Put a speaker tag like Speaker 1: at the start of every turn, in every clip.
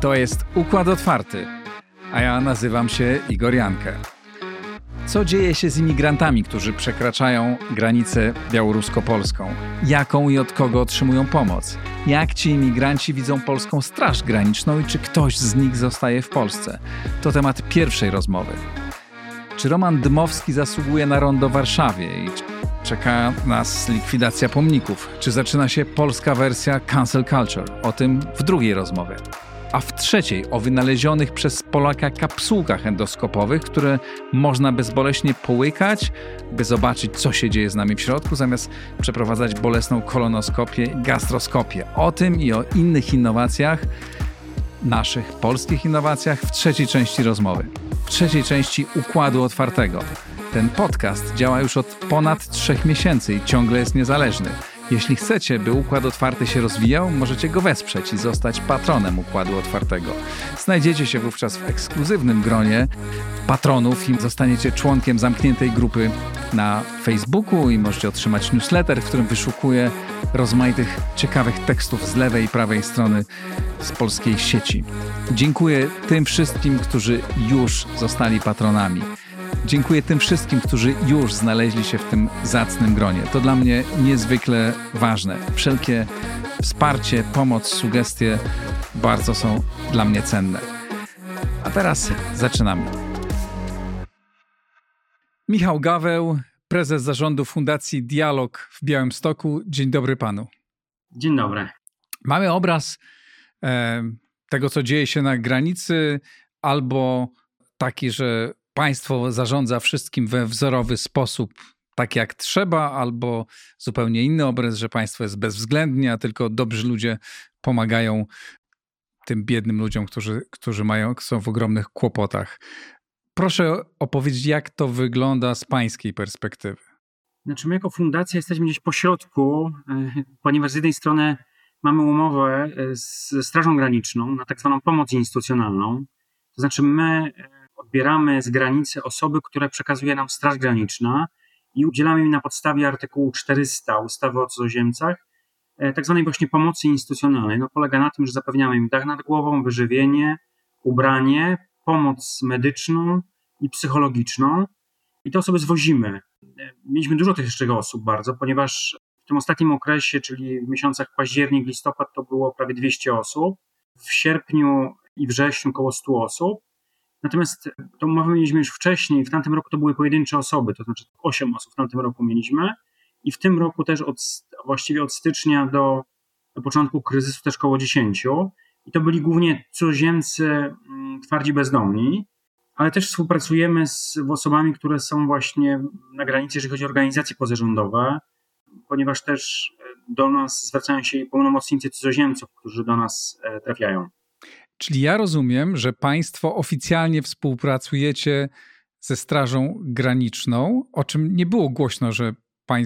Speaker 1: To jest Układ Otwarty, a ja nazywam się Igor Jankę. Co dzieje się z imigrantami, którzy przekraczają granicę białorusko-polską? Jaką i od kogo otrzymują pomoc? Jak ci imigranci widzą polską Straż Graniczną i czy ktoś z nich zostaje w Polsce? To temat pierwszej rozmowy. Czy Roman Dmowski zasługuje na rondo w Warszawie i czeka nas likwidacja pomników? Czy zaczyna się polska wersja cancel culture? O tym w drugiej rozmowie. A w trzeciej o wynalezionych przez Polaka kapsułkach endoskopowych, które można bezboleśnie połykać, by zobaczyć, co się dzieje z nami w środku, zamiast przeprowadzać bolesną kolonoskopię i gastroskopię. O tym i o innych innowacjach, naszych polskich innowacjach w trzeciej części rozmowy. W trzeciej części Układu Otwartego. Ten podcast działa już od ponad 3 miesięcy i ciągle jest niezależny. Jeśli chcecie, by Układ Otwarty się rozwijał, możecie go wesprzeć i zostać patronem Układu Otwartego. Znajdziecie się wówczas w ekskluzywnym gronie patronów i zostaniecie członkiem zamkniętej grupy na Facebooku i możecie otrzymać newsletter, w którym wyszukuję rozmaitych ciekawych tekstów z lewej i prawej strony z polskiej sieci. Dziękuję tym wszystkim, którzy już zostali patronami. Dziękuję tym wszystkim, którzy już znaleźli się w tym zacnym gronie. To dla mnie niezwykle ważne. Wszelkie wsparcie, pomoc, sugestie bardzo są dla mnie cenne. A teraz zaczynamy. Michał Gaweł, prezes zarządu Fundacji Dialog w Białymstoku. Dzień dobry panu.
Speaker 2: Dzień dobry.
Speaker 1: Mamy obraz tego, co dzieje się na granicy, albo taki, że państwo zarządza wszystkim we wzorowy sposób, tak jak trzeba, albo zupełnie inny obraz, że państwo jest bezwzględnie, a tylko dobrzy ludzie pomagają tym biednym ludziom, którzy są w ogromnych kłopotach. Proszę opowiedzieć, jak to wygląda z pańskiej perspektywy.
Speaker 2: Znaczy my jako fundacja jesteśmy gdzieś po środku, ponieważ z jednej strony mamy umowę z Strażą Graniczną na tak zwaną pomoc instytucjonalną. To znaczy my odbieramy z granicy osoby, które przekazuje nam Straż Graniczna i udzielamy im na podstawie artykułu 400 ustawy o cudzoziemcach tak zwanej właśnie pomocy instytucjonalnej. No, polega na tym, że zapewniamy im dach nad głową, wyżywienie, ubranie, pomoc medyczną i psychologiczną i te osoby zwozimy. Mieliśmy dużo tych jeszcze osób bardzo, ponieważ w tym ostatnim okresie, czyli w miesiącach październik, listopad, to było prawie 200 osób. W sierpniu i wrześniu około 100 osób. Natomiast tą umowę mieliśmy już wcześniej, w tamtym roku to były pojedyncze osoby, to znaczy 8 osób w tamtym roku mieliśmy i w tym roku też właściwie od stycznia do początku kryzysu też około 10 i to byli głównie cudzoziemcy twardzi bezdomni, ale też współpracujemy z osobami, które są właśnie na granicy, jeżeli chodzi o organizacje pozarządowe, ponieważ też do nas zwracają się pełnomocnicy cudzoziemców, którzy do nas trafiają.
Speaker 1: Czyli ja rozumiem, że państwo oficjalnie współpracujecie ze Strażą Graniczną, o czym nie było głośno, że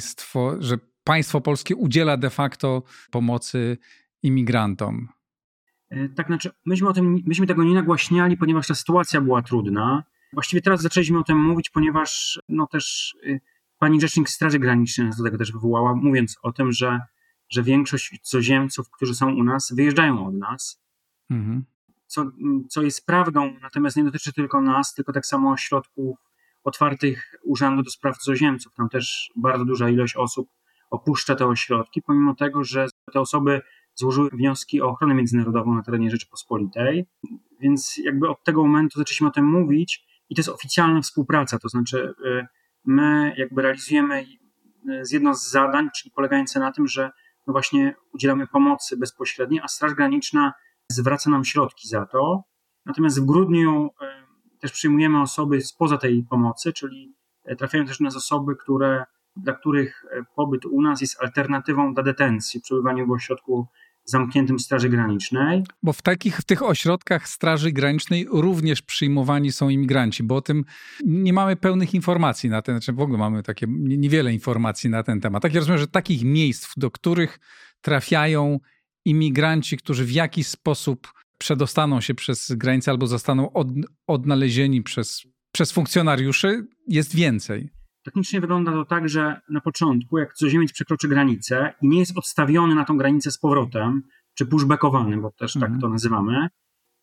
Speaker 1: państwo polskie udziela de facto pomocy imigrantom.
Speaker 2: Tak, znaczy myśmy tego nie nagłaśniali, ponieważ ta sytuacja była trudna. Właściwie teraz zaczęliśmy o tym mówić, ponieważ też pani rzecznik Straży Granicznej nas do tego też wywołała, mówiąc o tym, że większość cudzoziemców, którzy są u nas, wyjeżdżają od nas. Mhm. Co jest prawdą, natomiast nie dotyczy tylko nas, tylko tak samo ośrodków otwartych Urzędu do Spraw Cudzoziemców. Tam też bardzo duża ilość osób opuszcza te ośrodki, pomimo tego, że te osoby złożyły wnioski o ochronę międzynarodową na terenie Rzeczypospolitej. Więc jakby od tego momentu zaczęliśmy o tym mówić i to jest oficjalna współpraca, to znaczy my jakby realizujemy jedno z zadań, czyli polegające na tym, że no właśnie udzielamy pomocy bezpośredniej, a Straż Graniczna zwraca nam środki za to. Natomiast w grudniu też przyjmujemy osoby spoza tej pomocy, czyli trafiają też do nas osoby, dla których pobyt u nas jest alternatywą dla detencji, przebywanie w ośrodku zamkniętym Straży Granicznej.
Speaker 1: Bo w tych ośrodkach Straży Granicznej również przyjmowani są imigranci, bo o tym nie mamy pełnych informacji na ten, znaczy w ogóle mamy takie niewiele informacji na ten temat. Tak ja rozumiem, że takich miejsc, do których trafiają imigranci, którzy w jakiś sposób przedostaną się przez granicę albo zostaną odnalezieni przez funkcjonariuszy, jest więcej.
Speaker 2: Technicznie wygląda to tak, że na początku, jak cudzoziemiec przekroczy granicę i nie jest odstawiony na tą granicę z powrotem, czy pushbackowany, bo też tak to nazywamy,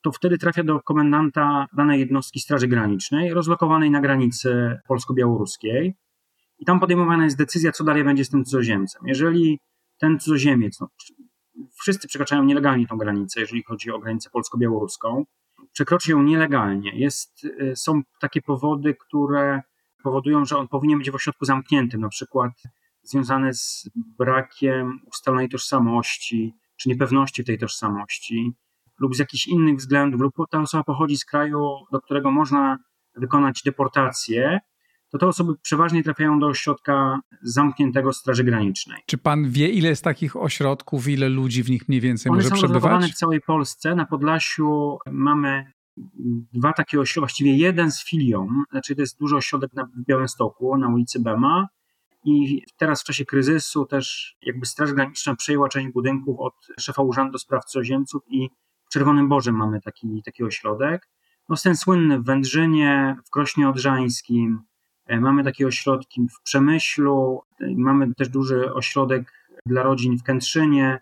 Speaker 2: to wtedy trafia do komendanta danej jednostki Straży Granicznej, rozlokowanej na granicy polsko-białoruskiej. I tam podejmowana jest decyzja, co dalej będzie z tym cudzoziemcem. Jeżeli ten cudzoziemiec, wszyscy przekraczają nielegalnie tą granicę, jeżeli chodzi o granicę polsko-białoruską, przekroczy ją nielegalnie. Są takie powody, które powodują, że on powinien być w ośrodku zamkniętym, na przykład związane z brakiem ustalonej tożsamości, czy niepewności tej tożsamości, lub z jakichś innych względów, lub ta osoba pochodzi z kraju, do którego można wykonać deportację, to te osoby przeważnie trafiają do ośrodka zamkniętego Straży Granicznej.
Speaker 1: Czy pan wie, ile jest takich ośrodków, ile ludzi w nich mniej więcej
Speaker 2: One
Speaker 1: może
Speaker 2: są
Speaker 1: przebywać?
Speaker 2: rozlokowane w całej Polsce. Na Podlasiu mamy 2 takie ośrodki, właściwie jeden z filią, znaczy to jest duży ośrodek w Białymstoku, na ulicy Bema. I teraz w czasie kryzysu też jakby Straż Graniczna przejęła część budynków od szefa Urzędu do Spraw Cudzoziemców i w Czerwonym Borze mamy taki ośrodek. No jest ten słynny w Wędrzynie, w Krośnie Odrzańskim, mamy takie ośrodki w Przemyślu, mamy też duży ośrodek dla rodzin w Kętrzynie,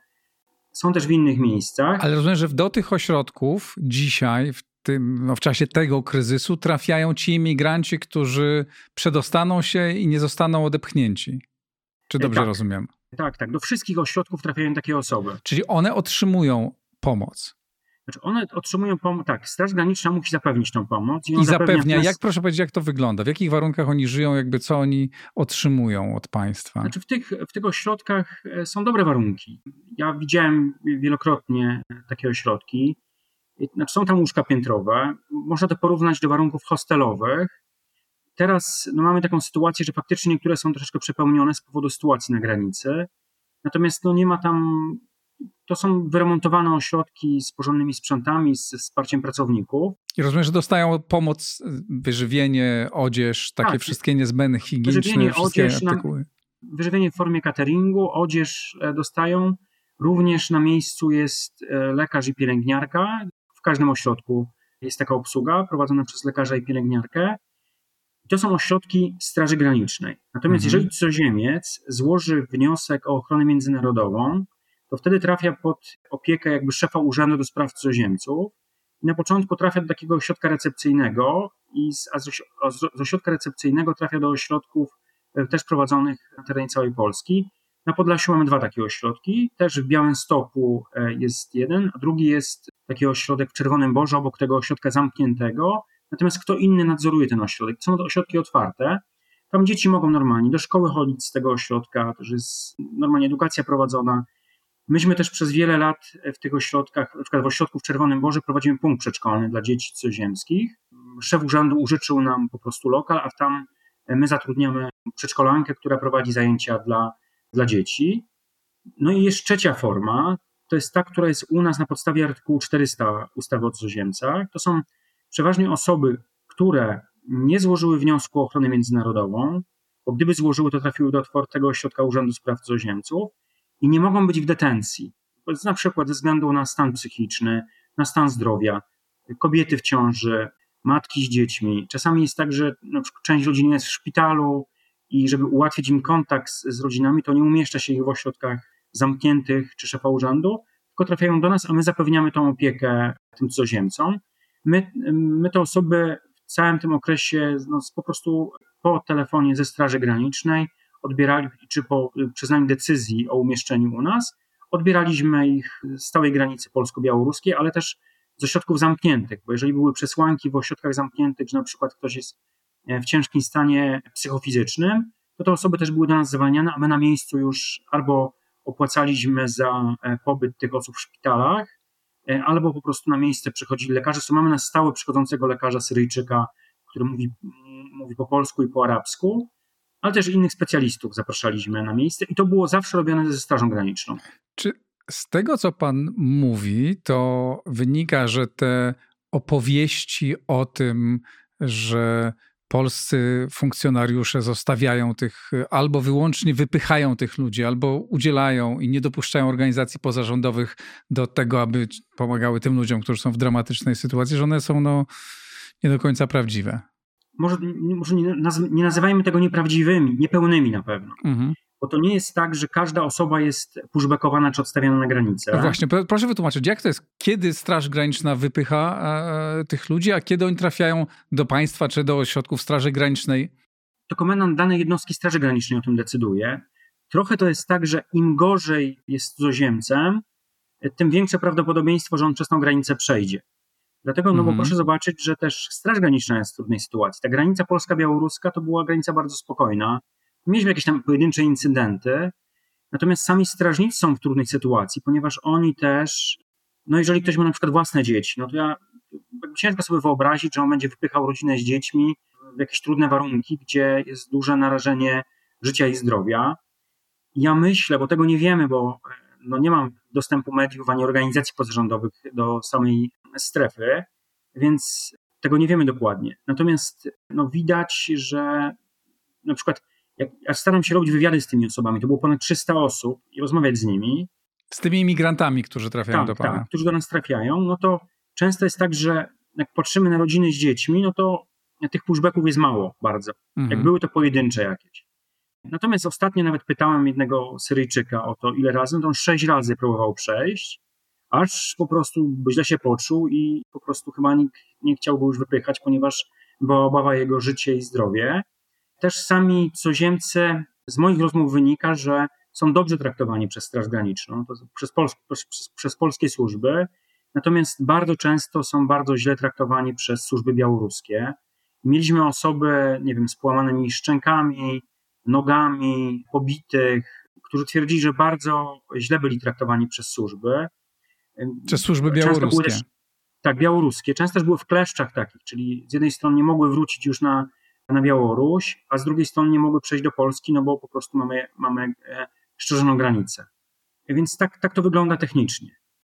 Speaker 2: są też w innych miejscach.
Speaker 1: Ale rozumiem, że do tych ośrodków dzisiaj, w czasie tego kryzysu trafiają ci imigranci, którzy przedostaną się i nie zostaną odepchnięci. Czy dobrze rozumiem?
Speaker 2: Tak. Do wszystkich ośrodków trafiają takie osoby.
Speaker 1: Czyli one otrzymują pomoc.
Speaker 2: Znaczy one otrzymują pomoc, tak, Straż Graniczna musi zapewnić tą pomoc.
Speaker 1: I zapewnia, proszę powiedzieć, jak to wygląda? W jakich warunkach oni żyją, co oni otrzymują od państwa?
Speaker 2: Znaczy w tych ośrodkach są dobre warunki. Ja widziałem wielokrotnie takie ośrodki. Znaczy są tam łóżka piętrowe. Można to porównać do warunków hostelowych. Teraz mamy taką sytuację, że faktycznie niektóre są troszeczkę przepełnione z powodu sytuacji na granicy. Natomiast nie ma tam... To są wyremontowane ośrodki z porządnymi sprzętami, z wsparciem pracowników.
Speaker 1: I rozumiem, że dostają pomoc, wyżywienie, odzież, takie wszystkie niezbędne, higieniczne, wszystkie artykuły.
Speaker 2: Wyżywienie w formie cateringu, odzież dostają. Również na miejscu jest lekarz i pielęgniarka. W każdym ośrodku jest taka obsługa prowadzona przez lekarza i pielęgniarkę. To są ośrodki Straży Granicznej. Natomiast jeżeli cudzoziemiec złoży wniosek o ochronę międzynarodową, to wtedy trafia pod opiekę jakby szefa Urzędu do Spraw Cudzoziemców. I na początku trafia do takiego ośrodka recepcyjnego, a z ośrodka recepcyjnego trafia do ośrodków też prowadzonych na terenie całej Polski. Na Podlasiu mamy 2 takie ośrodki. Też w Białymstoku jest jeden, a drugi jest taki ośrodek w Czerwonym Borze, obok tego ośrodka zamkniętego. Natomiast kto inny nadzoruje ten ośrodek? Są to ośrodki otwarte. Tam dzieci mogą normalnie do szkoły chodzić z tego ośrodka, też jest normalnie edukacja prowadzona. Myśmy też przez wiele lat w tych ośrodkach, na przykład w ośrodku w Czerwonym Borze prowadzimy punkt przedszkolny dla dzieci cudzoziemskich. Szef urzędu użyczył nam po prostu lokal, a tam my zatrudniamy przedszkolankę, która prowadzi zajęcia dla dzieci. No i jest trzecia forma, to jest ta, która jest u nas na podstawie artykułu 400 ustawy o cudzoziemcach. To są przeważnie osoby, które nie złożyły wniosku o ochronę międzynarodową, bo gdyby złożyły, to trafiły do otwartego ośrodka Urzędu Spraw Cudzoziemców i nie mogą być w detencji. Na przykład ze względu na stan psychiczny, na stan zdrowia, kobiety w ciąży, matki z dziećmi. Czasami jest tak, że na przykład część rodzin jest w szpitalu i żeby ułatwić im kontakt z rodzinami, to nie umieszcza się ich w ośrodkach zamkniętych czy szefa urzędu, tylko trafiają do nas, a my zapewniamy tą opiekę tym cudzoziemcom. My te osoby w całym tym okresie po prostu po telefonie ze Straży Granicznej odbierali, czy po przyznaniu decyzji o umieszczeniu u nas, odbieraliśmy ich z całej granicy polsko-białoruskiej, ale też z ośrodków zamkniętych, bo jeżeli były przesłanki w ośrodkach zamkniętych, że na przykład ktoś jest w ciężkim stanie psychofizycznym, to te osoby też były do nas zwalniane, a my na miejscu już albo opłacaliśmy za pobyt tych osób w szpitalach, albo po prostu na miejsce przychodzili lekarze. Mamy na stałe przychodzącego lekarza Syryjczyka, który mówi po polsku i po arabsku, ale też innych specjalistów zapraszaliśmy na miejsce i to było zawsze robione ze Strażą Graniczną.
Speaker 1: Czy z tego, co pan mówi, to wynika, że te opowieści o tym, że polscy funkcjonariusze zostawiają albo wyłącznie wypychają tych ludzi, albo udzielają i nie dopuszczają organizacji pozarządowych do tego, aby pomagały tym ludziom, którzy są w dramatycznej sytuacji, że one są nie do końca prawdziwe?
Speaker 2: Może nie nazywajmy tego nieprawdziwymi, niepełnymi na pewno. Bo to nie jest tak, że każda osoba jest pushbackowana czy odstawiana na granicę.
Speaker 1: No właśnie, proszę wytłumaczyć, jak to jest, kiedy Straż Graniczna wypycha tych ludzi, a kiedy oni trafiają do państwa czy do ośrodków Straży Granicznej?
Speaker 2: To komendant danej jednostki Straży Granicznej o tym decyduje. Trochę to jest tak, że im gorzej jest cudzoziemcem, tym większe prawdopodobieństwo, że on przez tą granicę przejdzie. Dlatego, bo proszę zobaczyć, że też Straż Graniczna jest w trudnej sytuacji. Ta granica polska-białoruska to była granica bardzo spokojna. Mieliśmy jakieś tam pojedyncze incydenty, natomiast sami strażnicy są w trudnej sytuacji, ponieważ oni też, jeżeli ktoś ma na przykład własne dzieci, to ciężko sobie wyobrazić, że on będzie wypychał rodzinę z dziećmi w jakieś trudne warunki, gdzie jest duże narażenie życia i zdrowia. Ja myślę, bo tego nie wiemy, bo nie mam dostępu mediów ani organizacji pozarządowych do samej strefy, więc tego nie wiemy dokładnie. Natomiast widać, że na przykład ja staram się robić wywiady z tymi osobami, to było ponad 300 osób i rozmawiać z nimi.
Speaker 1: Z tymi imigrantami, którzy trafiają do pana.
Speaker 2: Tak, którzy do nas trafiają, to często jest tak, że jak patrzymy na rodziny z dziećmi, to tych pushbacków jest mało bardzo. Jak były to pojedyncze jakieś. Natomiast ostatnio nawet pytałem jednego Syryjczyka o to, ile razy, to on 6 razy próbował przejść, aż po prostu źle się poczuł i po prostu chyba nikt nie chciał go już wypychać, ponieważ była obawa jego życie i zdrowie. Też sami cudzoziemcy, z moich rozmów wynika, że są dobrze traktowani przez Straż Graniczną, to przez polskie służby, natomiast bardzo często są bardzo źle traktowani przez służby białoruskie. Mieliśmy osoby, z połamanymi szczękami, nogami, pobitych, którzy twierdzili, że bardzo źle byli traktowani przez służby.
Speaker 1: Przez służby białoruskie.
Speaker 2: Tak, białoruskie. Często też były w kleszczach takich, czyli z jednej strony nie mogły wrócić już na Białoruś, a z drugiej strony nie mogły przejść do Polski, bo po prostu mamy szczerzoną granicę. Więc tak to wygląda technicznie.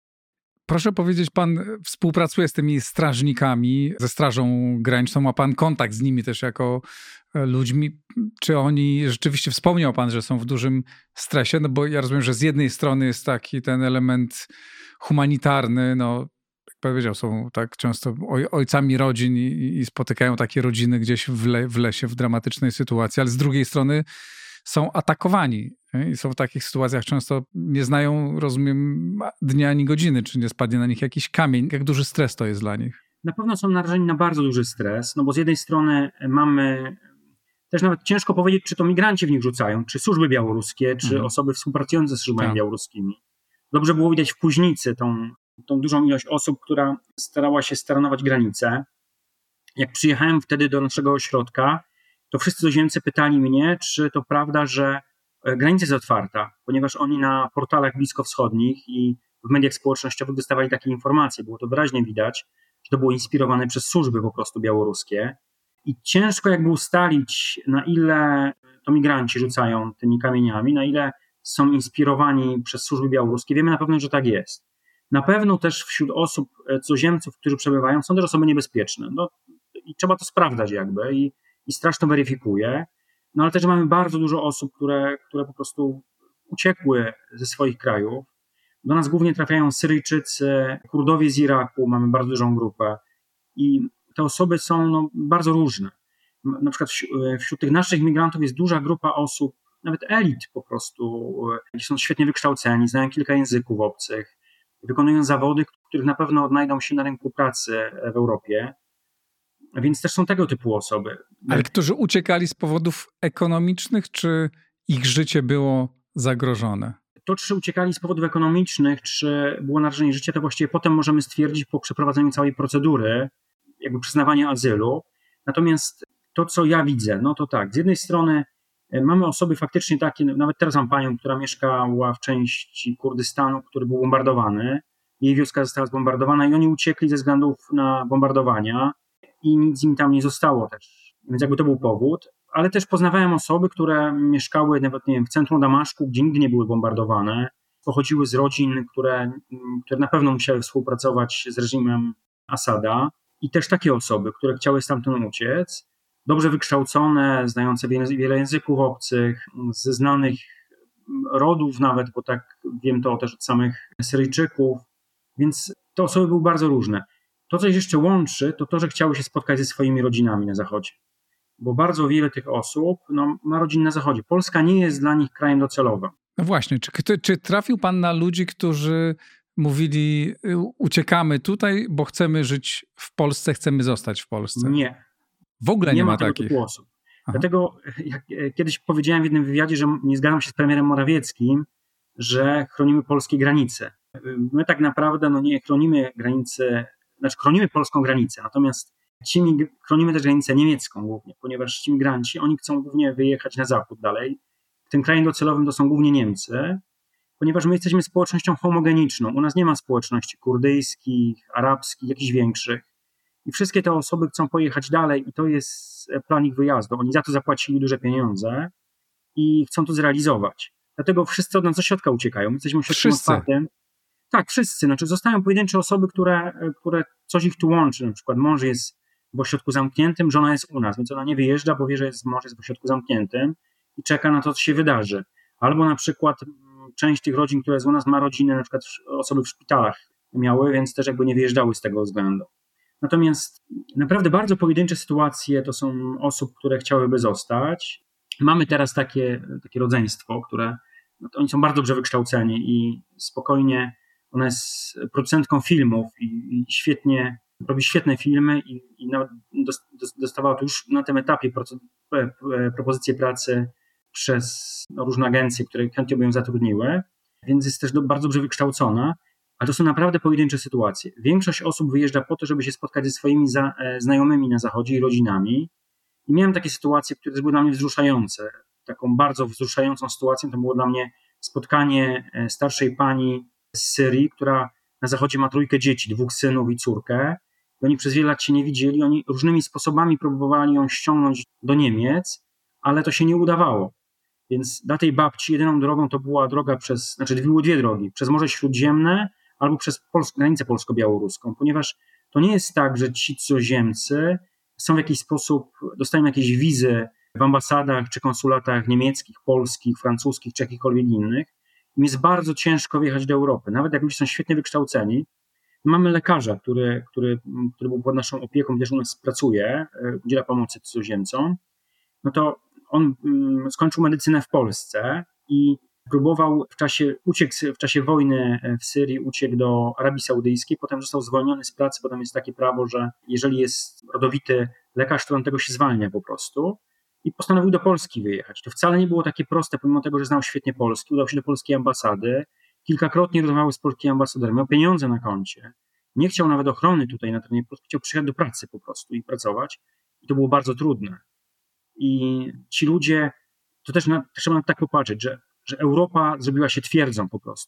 Speaker 1: Proszę powiedzieć, pan współpracuje z tymi strażnikami, ze Strażą Graniczną, ma pan kontakt z nimi też jako ludźmi. Czy oni, rzeczywiście wspomniał pan, że są w dużym stresie? Bo ja rozumiem, że z jednej strony jest taki ten element humanitarny, jak powiedział, są tak często ojcami rodzin i spotykają takie rodziny gdzieś w lesie, w dramatycznej sytuacji, ale z drugiej strony są atakowani i są w takich sytuacjach często nie znają, rozumiem, dnia ani godziny, czy nie spadnie na nich jakiś kamień. Jak duży stres to jest dla nich?
Speaker 2: Na pewno są narażeni na bardzo duży stres, bo z jednej strony mamy, też nawet ciężko powiedzieć, czy to migranci w nich rzucają, czy służby białoruskie, czy osoby współpracujące z służbami białoruskimi. Dobrze było widać w Kuźnicy tą dużą ilość osób, która starała się staranować granice. Jak przyjechałem wtedy do naszego ośrodka, to wszyscy cudzoziemcy pytali mnie, czy to prawda, że granica jest otwarta, ponieważ oni na portalach bliskowschodnich i w mediach społecznościowych dostawali takie informacje. Było to wyraźnie widać, że to było inspirowane przez służby po prostu białoruskie. I ciężko jakby ustalić, na ile to migranci rzucają tymi kamieniami, na ile są inspirowani przez służby białoruskie. Wiemy na pewno, że tak jest. Na pewno też wśród osób, cudzoziemców, którzy przebywają, są też osoby niebezpieczne. I trzeba to sprawdzać jakby i straż to weryfikuje. Ale też mamy bardzo dużo osób, które po prostu uciekły ze swoich krajów. Do nas głównie trafiają Syryjczycy, Kurdowie z Iraku, mamy bardzo dużą grupę i te osoby są bardzo różne. Na przykład wśród tych naszych migrantów jest duża grupa osób, nawet elit po prostu, którzy są świetnie wykształceni, znają kilka języków obcych, wykonują zawody, których na pewno odnajdą się na rynku pracy w Europie. Więc też są tego typu osoby.
Speaker 1: Ale którzy uciekali z powodów ekonomicznych, czy ich życie było zagrożone?
Speaker 2: To, czy uciekali z powodów ekonomicznych, czy było narażenie życia, to właściwie potem możemy stwierdzić po przeprowadzeniu całej procedury, jakby przyznawania azylu. Natomiast to, co ja widzę, to tak, z jednej strony mamy osoby faktycznie takie, nawet teraz mam panią, która mieszkała w części Kurdystanu, który był bombardowany. Jej wioska została zbombardowana i oni uciekli ze względów na bombardowania i nic im tam nie zostało też. Więc jakby to był powód. Ale też poznawałem osoby, które mieszkały nawet w centrum Damaszku, gdzie nigdy nie były bombardowane. Pochodziły z rodzin, które na pewno musiały współpracować z reżimem Asada. I też takie osoby, które chciały stamtąd uciec, dobrze wykształcone, znające wiele języków obcych, ze znanych rodów nawet, bo tak wiem to też od samych Syryjczyków. Więc te osoby były bardzo różne. To, co ich jeszcze łączy, to, że chciały się spotkać ze swoimi rodzinami na zachodzie. bo bardzo wiele tych osób ma rodziny na Zachodzie. Polska nie jest dla nich krajem docelowym.
Speaker 1: No właśnie, czy trafił pan na ludzi, którzy mówili, uciekamy tutaj, bo chcemy żyć w Polsce, chcemy zostać w Polsce?
Speaker 2: Nie.
Speaker 1: W ogóle nie ma
Speaker 2: tego
Speaker 1: takich
Speaker 2: typu osób.
Speaker 1: Aha.
Speaker 2: Dlatego jak kiedyś powiedziałem w jednym wywiadzie, że nie zgadzam się z premierem Morawieckim, że chronimy polskie granice. My tak naprawdę nie chronimy granicy, znaczy chronimy polską granicę, natomiast chronimy też granicę niemiecką głównie, ponieważ ci migranci, oni chcą głównie wyjechać na zachód dalej. Tym krajem docelowym to są głównie Niemcy, ponieważ my jesteśmy społecznością homogeniczną. U nas nie ma społeczności kurdyjskich, arabskich, jakichś większych. I wszystkie te osoby chcą pojechać dalej i to jest plan ich wyjazdu. Oni za to zapłacili duże pieniądze i chcą to zrealizować. Dlatego wszyscy od nas do środka uciekają. My jesteśmy ośrodkiem otwartym. Tak, wszyscy. Znaczy zostają pojedyncze osoby, które coś ich tu łączy. Na przykład mąż jest w ośrodku zamkniętym, żona jest u nas, więc ona nie wyjeżdża, bo wie, że mąż jest w ośrodku zamkniętym i czeka na to, co się wydarzy. Albo na przykład część tych rodzin, które jest u nas, ma rodziny, na przykład osoby w szpitalach miały, więc też jakby nie wyjeżdżały z tego względu. Natomiast naprawdę bardzo pojedyncze sytuacje to są osób, które chciałyby zostać. Mamy teraz takie rodzeństwo, które oni są bardzo dobrze wykształceni i spokojnie, ona jest producentką filmów i świetnie, robi świetne filmy i nawet dostawała tu już na tym etapie propozycje pracy przez różne agencje, które chętnie by ją zatrudniły, więc jest też bardzo dobrze wykształcona. Ale to są naprawdę pojedyncze sytuacje. Większość osób wyjeżdża po to, żeby się spotkać ze swoimi znajomymi na zachodzie i rodzinami. I miałem takie sytuacje, które były dla mnie wzruszające. Taką bardzo wzruszającą sytuacją to było dla mnie spotkanie starszej pani z Syrii, która na zachodzie ma 3 dzieci, 2 synów i córkę. I oni przez wiele lat się nie widzieli. Oni różnymi sposobami próbowali ją ściągnąć do Niemiec, ale to się nie udawało. Więc dla tej babci jedyną drogą to była droga były 2 drogi. Przez Morze Śródziemne albo przez granicę polsko-białoruską, ponieważ to nie jest tak, że ci cudzoziemcy są w jakiś sposób, dostają jakieś wizy w ambasadach czy konsulatach niemieckich, polskich, francuskich czy jakichkolwiek innych. Im jest bardzo ciężko wjechać do Europy. Nawet jak ludzie są świetnie wykształceni. Mamy lekarza, który był pod naszą opieką, też u nas pracuje, udziela pomocy cudzoziemcom. No to on skończył medycynę w Polsce i próbował uciekł w czasie wojny w Syrii, uciekł do Arabii Saudyjskiej, potem został zwolniony z pracy, bo tam jest takie prawo, że jeżeli jest rodowity lekarz, to on tego się zwalnia po prostu i postanowił do Polski wyjechać. To wcale nie było takie proste, pomimo tego, że znał świetnie polski, udał się do polskiej ambasady, kilkakrotnie rozmawiał z polskim ambasadorem, miał pieniądze na koncie, nie chciał nawet ochrony tutaj na terenie Polski, chciał przyjechać do pracy po prostu i pracować i to było bardzo trudne. I ci ludzie, to też trzeba tak popatrzeć, że Europa zrobiła się twierdzą po prostu.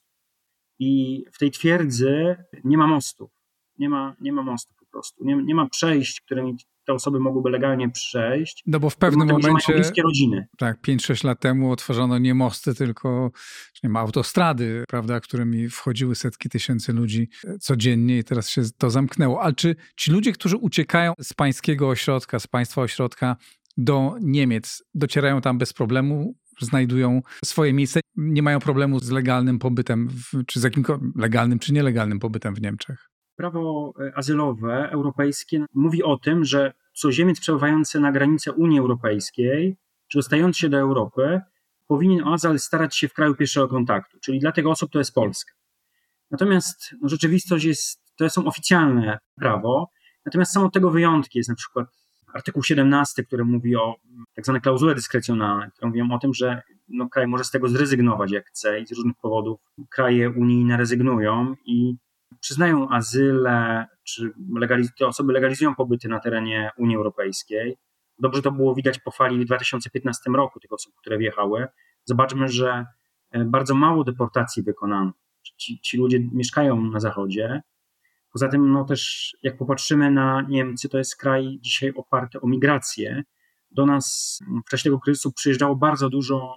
Speaker 2: I w tej twierdzy nie ma mostów. Nie ma mostów po prostu. Nie ma przejść, którymi te osoby mogłyby legalnie przejść.
Speaker 1: No bo w pewnym momencie,
Speaker 2: bliskie rodziny.
Speaker 1: Tak, 5-6 lat temu otworzono nie mosty, tylko autostrady, prawda, którymi wchodziły setki tysięcy ludzi codziennie i teraz się to zamknęło. Ale czy ci ludzie, którzy uciekają z pańskiego ośrodka, z państwa ośrodka do Niemiec, docierają tam bez problemu, znajdują swoje miejsce, nie mają problemu z legalnym pobytem, czy z legalnym czy nielegalnym pobytem w Niemczech?
Speaker 2: Prawo azylowe europejskie mówi o tym, że cudzoziemiec przebywający na granicę Unii Europejskiej, czy dostający się do Europy, powinien o azyl starać się w kraju pierwszego kontaktu, czyli dla tych osób to jest Polska. Natomiast rzeczywistość to są oficjalne prawo, natomiast są od tego wyjątki. Jest na przykład artykuł 17, który mówi o tak zwane klauzule dyskrecjonalne, które mówią o tym, że kraj może z tego zrezygnować jak chce i z różnych powodów kraje unijne rezygnują i przyznają azyle, czy te osoby legalizują pobyty na terenie Unii Europejskiej. Dobrze to było widać po fali w 2015 roku tych osób, które wjechały. Zobaczmy, że bardzo mało deportacji wykonano. Ci ludzie mieszkają na zachodzie. Poza tym też jak popatrzymy na Niemcy, to jest kraj dzisiaj oparty o migrację. Do nas w czasie tego kryzysu przyjeżdżało bardzo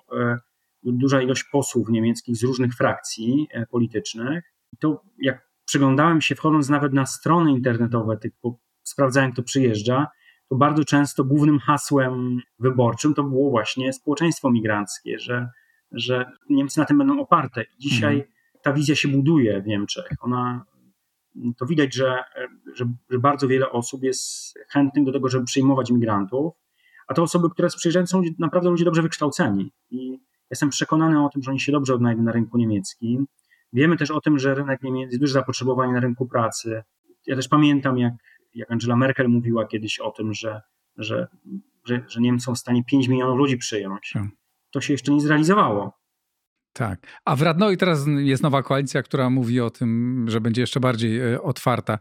Speaker 2: duża ilość posłów niemieckich z różnych frakcji politycznych. I to jak przyglądałem się, wchodząc nawet na strony internetowe, sprawdzałem, kto przyjeżdża, to bardzo często głównym hasłem wyborczym to było właśnie społeczeństwo migranckie, że Niemcy na tym będą oparte. I dzisiaj ta wizja się buduje w Niemczech. To widać, że bardzo wiele osób jest chętnych do tego, żeby przyjmować migrantów, A te osoby, które przyjeżdżają, są naprawdę ludzie dobrze wykształceni. I jestem przekonany o tym, że oni się dobrze odnajdą na rynku niemieckim. Wiemy też o tym, że rynek niemiecki jest duże zapotrzebowanie na rynku pracy. Ja też pamiętam, jak Angela Merkel mówiła kiedyś o tym, że Niemcy są w stanie 5 milionów ludzi przyjąć. To się jeszcze nie zrealizowało.
Speaker 1: Tak. A w Radnoi teraz jest nowa koalicja, która mówi o tym, że będzie jeszcze bardziej otwarta.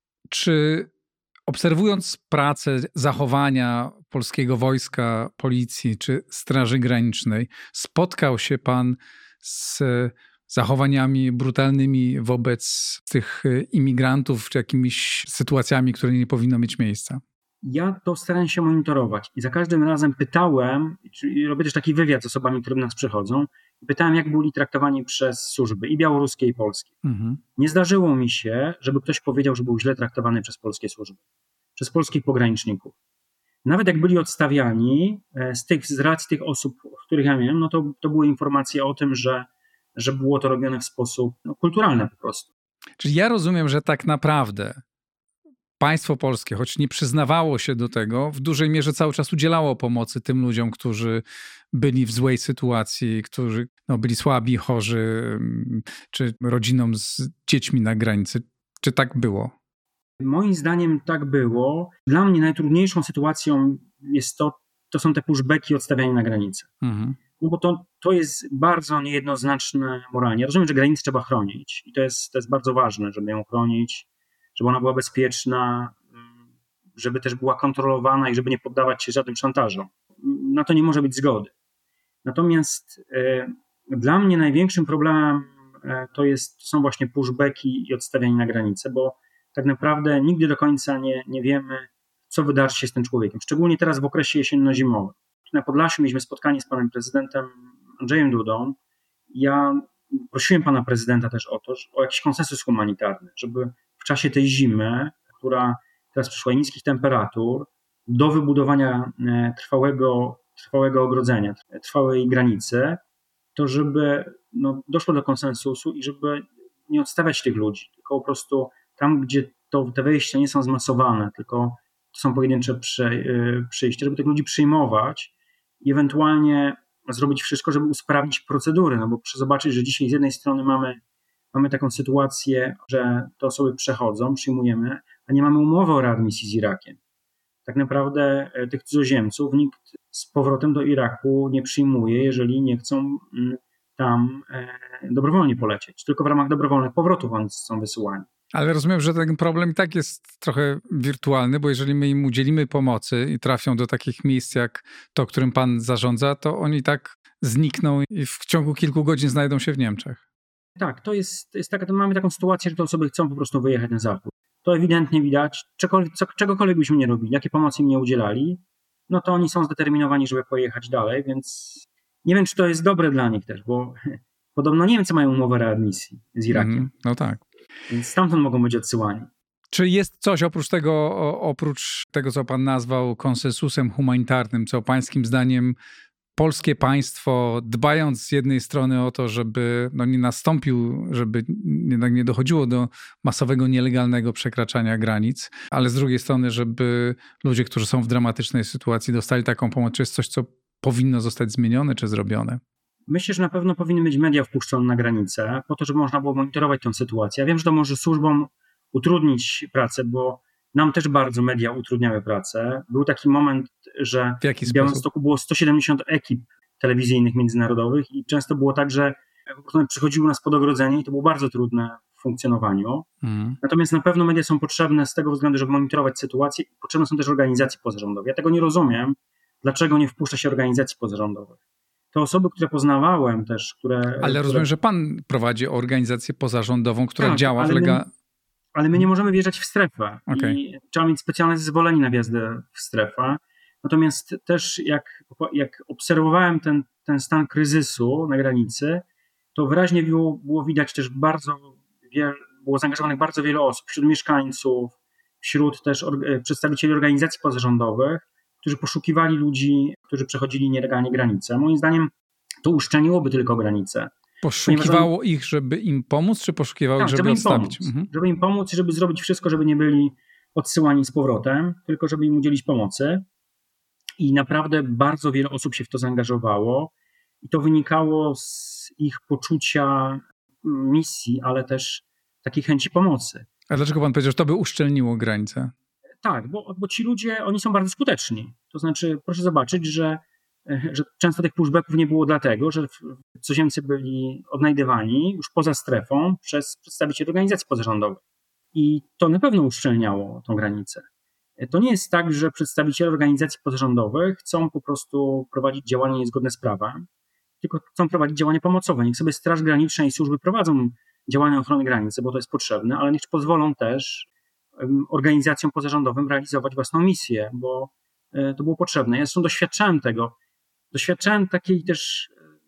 Speaker 1: Czy obserwując pracę, zachowania polskiego wojska, policji czy Straży Granicznej, spotkał się pan z zachowaniami brutalnymi wobec tych imigrantów czy jakimiś sytuacjami, które nie powinno mieć miejsca?
Speaker 2: Ja to starałem się monitorować i za każdym razem pytałem, czyli robię też taki wywiad z osobami, które do nas przychodzą, i pytałem, jak byli traktowani przez służby i białoruskie, i polskie. Nie zdarzyło mi się, żeby ktoś powiedział, że był źle traktowany przez polskie służby, przez polskich pograniczników. Nawet jak byli odstawiani z racji tych osób, których ja miałem, no to były informacje o tym, że było to robione w sposób kulturalny po prostu.
Speaker 1: Czyli ja rozumiem, że tak naprawdę państwo polskie, choć nie przyznawało się do tego, w dużej mierze cały czas udzielało pomocy tym ludziom, którzy byli w złej sytuacji, którzy byli słabi, chorzy, czy rodzinom z dziećmi na granicy. Czy tak było?
Speaker 2: Moim zdaniem tak było. Dla mnie najtrudniejszą sytuacją jest to są te pushbacki, odstawianie na granicę. No bo to jest bardzo niejednoznaczne moralnie. Rozumiem, że granice trzeba chronić i to jest bardzo ważne, żeby ją chronić, żeby ona była bezpieczna, żeby też była kontrolowana i żeby nie poddawać się żadnym szantażom. Na to nie może być zgody. Natomiast dla mnie największym problemem to są właśnie pushbacki i odstawianie na granicę, bo tak naprawdę nigdy do końca nie wiemy, co wydarzy się z tym człowiekiem. Szczególnie teraz w okresie jesienno-zimowym. Na Podlasiu mieliśmy spotkanie z panem prezydentem Andrzejem Dudą. Ja prosiłem pana prezydenta też o jakiś konsensus humanitarny, żeby w czasie tej zimy, która teraz przyszła, i niskich temperatur, do wybudowania trwałego ogrodzenia, trwałej granicy, to żeby doszło do konsensusu i żeby nie odstawiać tych ludzi, tylko po prostu tam, gdzie te wejścia nie są zmasowane, tylko to są pojedyncze przyjścia, żeby tych ludzi przyjmować i ewentualnie zrobić wszystko, żeby usprawnić procedury, bo proszę zobaczyć, że dzisiaj z jednej strony mamy taką sytuację, że te osoby przechodzą, przyjmujemy, a nie mamy umowy o readmisji z Irakiem. Tak naprawdę tych cudzoziemców nikt z powrotem do Iraku nie przyjmuje, jeżeli nie chcą tam dobrowolnie polecieć. Tylko w ramach dobrowolnych powrotów oni są wysyłani.
Speaker 1: Ale rozumiem, że ten problem i tak jest trochę wirtualny, bo jeżeli my im udzielimy pomocy i trafią do takich miejsc jak to, którym pan zarządza, to oni tak znikną i w ciągu kilku godzin znajdą się w Niemczech.
Speaker 2: Tak, to jest taka, mamy taką sytuację, że te osoby chcą po prostu wyjechać na zachód. To ewidentnie widać, czegokolwiek byśmy nie robili, jakie pomocy im nie udzielali, no to oni są zdeterminowani, żeby pojechać dalej, więc nie wiem, czy to jest dobre dla nich też, bo podobno Niemcy mają umowę readmisji z Irakiem.
Speaker 1: No tak.
Speaker 2: Więc stamtąd mogą być odsyłani.
Speaker 1: Czy jest coś oprócz tego, co pan nazwał konsensusem humanitarnym, co pańskim zdaniem polskie państwo, dbając z jednej strony o to, żeby nie nastąpił, żeby jednak nie dochodziło do masowego, nielegalnego przekraczania granic, ale z drugiej strony, żeby ludzie, którzy są w dramatycznej sytuacji, dostali taką pomoc? Czy jest coś, co powinno zostać zmienione czy zrobione?
Speaker 2: Myślę, że na pewno powinny być media wpuszczone na granicę, po to, żeby można było monitorować tę sytuację. Ja wiem, że to może służbom utrudnić pracę, bo nam też bardzo media utrudniały pracę. Był taki moment, że w Białymstoku było 170 ekip telewizyjnych międzynarodowych i często było tak, że po prostu przychodziły nas pod ogrodzenie i to było bardzo trudne w funkcjonowaniu. Natomiast na pewno media są potrzebne z tego względu, żeby monitorować sytuację i potrzebne są też organizacje pozarządowe. Ja tego nie rozumiem, dlaczego nie wpuszcza się organizacji pozarządowych. Te osoby, które poznawałem też,
Speaker 1: Ale rozumiem, że pan prowadzi organizację pozarządową, która działa
Speaker 2: ale my nie możemy wjeżdżać w strefę.
Speaker 1: Okay.
Speaker 2: I trzeba mieć specjalne zezwolenie na wjazdę w strefę. Natomiast też jak obserwowałem ten stan kryzysu na granicy, to wyraźnie było widać też było zaangażowanych bardzo wiele osób, wśród mieszkańców, wśród też przedstawicieli organizacji pozarządowych, którzy poszukiwali ludzi, którzy przechodzili nielegalnie granicę. Moim zdaniem to uszczelniłoby tylko granicę.
Speaker 1: Poszukiwało ich, żeby im pomóc, czy poszukiwało ich, żeby odstawić?
Speaker 2: Żeby im pomóc i żeby zrobić wszystko, żeby nie byli odsyłani z powrotem, tylko żeby im udzielić pomocy. I naprawdę bardzo wiele osób się w to zaangażowało i to wynikało z ich poczucia misji, ale też takiej chęci pomocy.
Speaker 1: A dlaczego pan powiedział, że to by uszczelniło granice?
Speaker 2: Tak, bo ci ludzie, oni są bardzo skuteczni. To znaczy, proszę zobaczyć, że często tych pushbacków nie było dlatego, że cudzoziemcy byli odnajdywani już poza strefą przez przedstawicieli organizacji pozarządowych. I to na pewno uszczelniało tą granicę. To nie jest tak, że przedstawiciele organizacji pozarządowych chcą po prostu prowadzić działania niezgodne z prawem, tylko chcą prowadzić działania pomocowe. Niech sobie Straż Graniczna i służby prowadzą działania ochrony granicy, bo to jest potrzebne, ale niech pozwolą też organizacjom pozarządowym realizować własną misję, bo to było potrzebne. Ja zresztą doświadczałem tego. Doświadczałem takiej też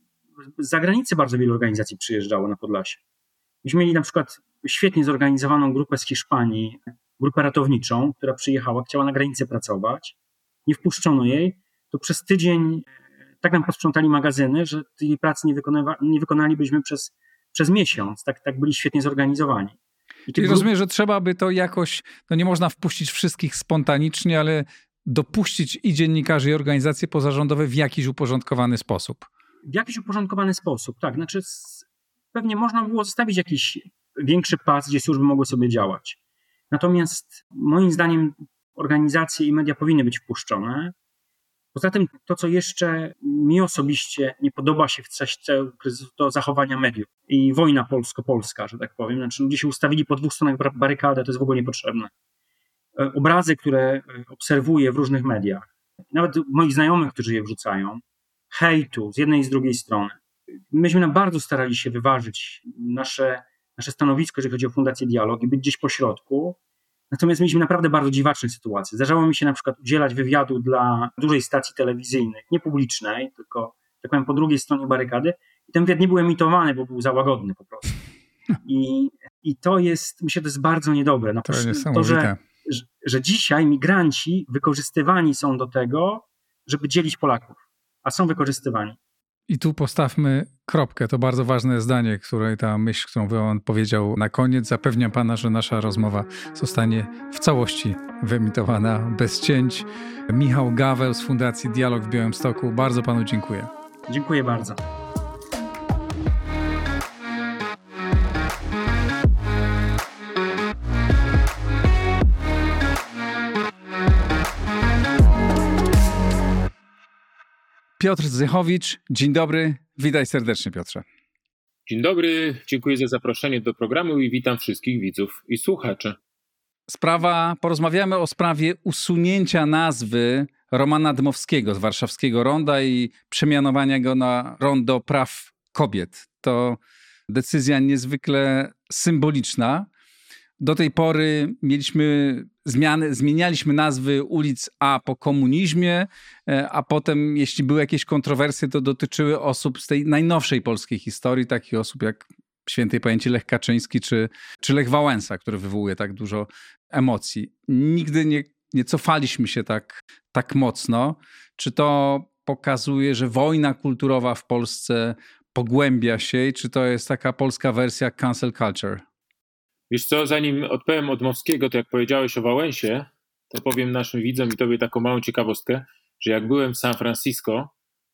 Speaker 2: z zagranicy bardzo wielu organizacji przyjeżdżało na Podlasie. Myśmy mieli na przykład świetnie zorganizowaną grupę z Hiszpanii, grupę ratowniczą, która przyjechała, chciała na granicy pracować. Nie wpuszczono jej, to przez tydzień tak nam posprzątali magazyny, że tej pracy nie wykonalibyśmy przez miesiąc. Tak byli świetnie zorganizowani.
Speaker 1: Czyli rozumiem, że trzeba by to jakoś, no nie można wpuścić wszystkich spontanicznie, ale dopuścić i dziennikarzy, i organizacje pozarządowe w jakiś uporządkowany sposób.
Speaker 2: W jakiś uporządkowany sposób, tak. Znaczy pewnie można było zostawić jakiś większy pas, gdzie służby mogły sobie działać. Natomiast moim zdaniem organizacje i media powinny być wpuszczone. Poza tym to, co jeszcze mi osobiście nie podoba się w całego kryzysu, to zachowania mediów i wojna polsko-polska, że tak powiem. Znaczy ludzie się ustawili po dwóch stronach barykady, to jest w ogóle niepotrzebne. Obrazy, które obserwuję w różnych mediach, nawet moich znajomych, którzy je wrzucają, hejtu z jednej i z drugiej strony. Myśmy bardzo starali się wyważyć nasze stanowisko, jeżeli chodzi o Fundację Dialog i być gdzieś po środku. Natomiast mieliśmy naprawdę bardzo dziwaczne sytuacje. Zdarzało mi się na przykład udzielać wywiadu dla dużej stacji telewizyjnej, nie publicznej, tylko tak powiem po drugiej stronie barykady i ten wywiad nie był emitowany, bo był za łagodny po prostu. I to jest, myślę, to jest bardzo niedobre.
Speaker 1: To jest niesamowite.
Speaker 2: Że dzisiaj migranci wykorzystywani są do tego, żeby dzielić Polaków, a są wykorzystywani.
Speaker 1: I tu postawmy kropkę. To bardzo ważne zdanie, ta myśl, którą pan powiedział na koniec. Zapewniam pana, że nasza rozmowa zostanie w całości wyemitowana, bez cięć. Michał Gaweł z Fundacji Dialog w Białymstoku. Bardzo panu dziękuję.
Speaker 2: Dziękuję bardzo.
Speaker 1: Piotr Zychowicz, dzień dobry, witaj serdecznie, Piotrze.
Speaker 3: Dzień dobry, dziękuję za zaproszenie do programu i witam wszystkich widzów i słuchaczy.
Speaker 1: Porozmawiamy o sprawie usunięcia nazwy Romana Dmowskiego z warszawskiego ronda i przemianowania go na Rondo Praw Kobiet. To decyzja niezwykle symboliczna. Do tej pory zmienialiśmy nazwy ulic po komunizmie, a potem, jeśli były jakieś kontrowersje, to dotyczyły osób z tej najnowszej polskiej historii, takich osób jak świętej pamięci Lech Kaczyński czy Lech Wałęsa, który wywołuje tak dużo emocji. Nigdy nie cofaliśmy się tak mocno. Czy to pokazuje, że wojna kulturowa w Polsce pogłębia się i czy to jest taka polska wersja cancel culture?
Speaker 3: Wiesz co, zanim odpowiem od Dmowskiego, to jak powiedziałeś o Wałęsie, to powiem naszym widzom i tobie taką małą ciekawostkę, że jak byłem w San Francisco,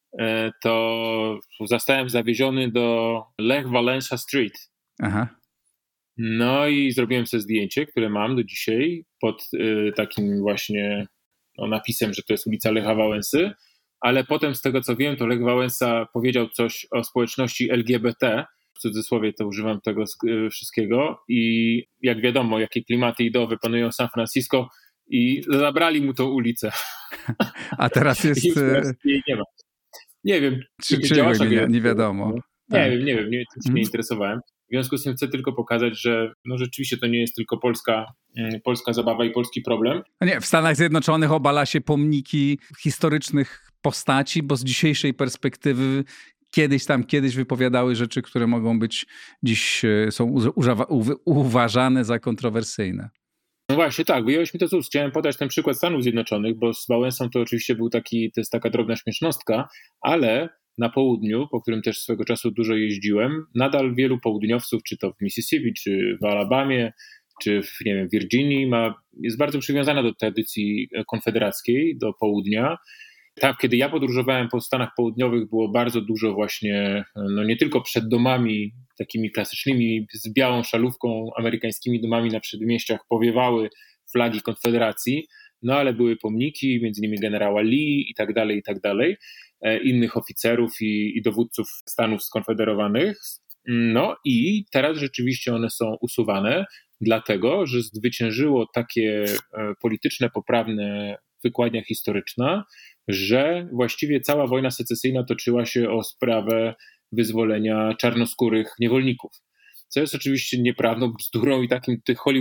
Speaker 3: to zostałem zawieziony do Lech Wałęsa Street.
Speaker 1: Aha.
Speaker 3: No i zrobiłem sobie zdjęcie, które mam do dzisiaj pod takim właśnie napisem, że to jest ulica Lecha Wałęsy, ale potem z tego co wiem, to Lech Wałęsa powiedział coś o społeczności LGBT, w cudzysłowie to używam tego wszystkiego i jak wiadomo, jakie klimaty ideowe panują w San Francisco i zabrali mu tą ulicę.
Speaker 1: A teraz jest...
Speaker 3: I teraz jej nie ma. Nie wiem.
Speaker 1: Czy nie wiadomo.
Speaker 3: Nie wiem, nie interesowałem. W związku z tym chcę tylko pokazać, że rzeczywiście to nie jest tylko polska zabawa i polski problem.
Speaker 1: No nie, w Stanach Zjednoczonych obala się pomniki historycznych postaci, bo z dzisiejszej perspektywy kiedyś wypowiadały rzeczy, które mogą być dziś, są uważane za kontrowersyjne.
Speaker 3: No właśnie, tak, wyjąłeś mi to z ust. Chciałem podać ten przykład Stanów Zjednoczonych, bo z Wałęsą to oczywiście to jest taka drobna śmiesznostka, ale na południu, po którym też swego czasu dużo jeździłem, nadal wielu południowców, czy to w Mississippi, czy w Alabamie, czy w Virginii, jest bardzo przywiązana do tradycji konfederackiej, do południa. Tam, kiedy ja podróżowałem po Stanach Południowych, było bardzo dużo właśnie, no nie tylko przed domami takimi klasycznymi z białą szalówką, amerykańskimi domami na przedmieściach powiewały flagi Konfederacji, no ale były pomniki, między innymi generała Lee i tak dalej, innych oficerów i dowódców Stanów Skonfederowanych. No i teraz rzeczywiście one są usuwane, dlatego że zwyciężyło takie polityczne, poprawne wykładnia historyczna, że właściwie cała wojna secesyjna toczyła się o sprawę wyzwolenia czarnoskórych niewolników. Co jest oczywiście nieprawdą, bzdurą i takim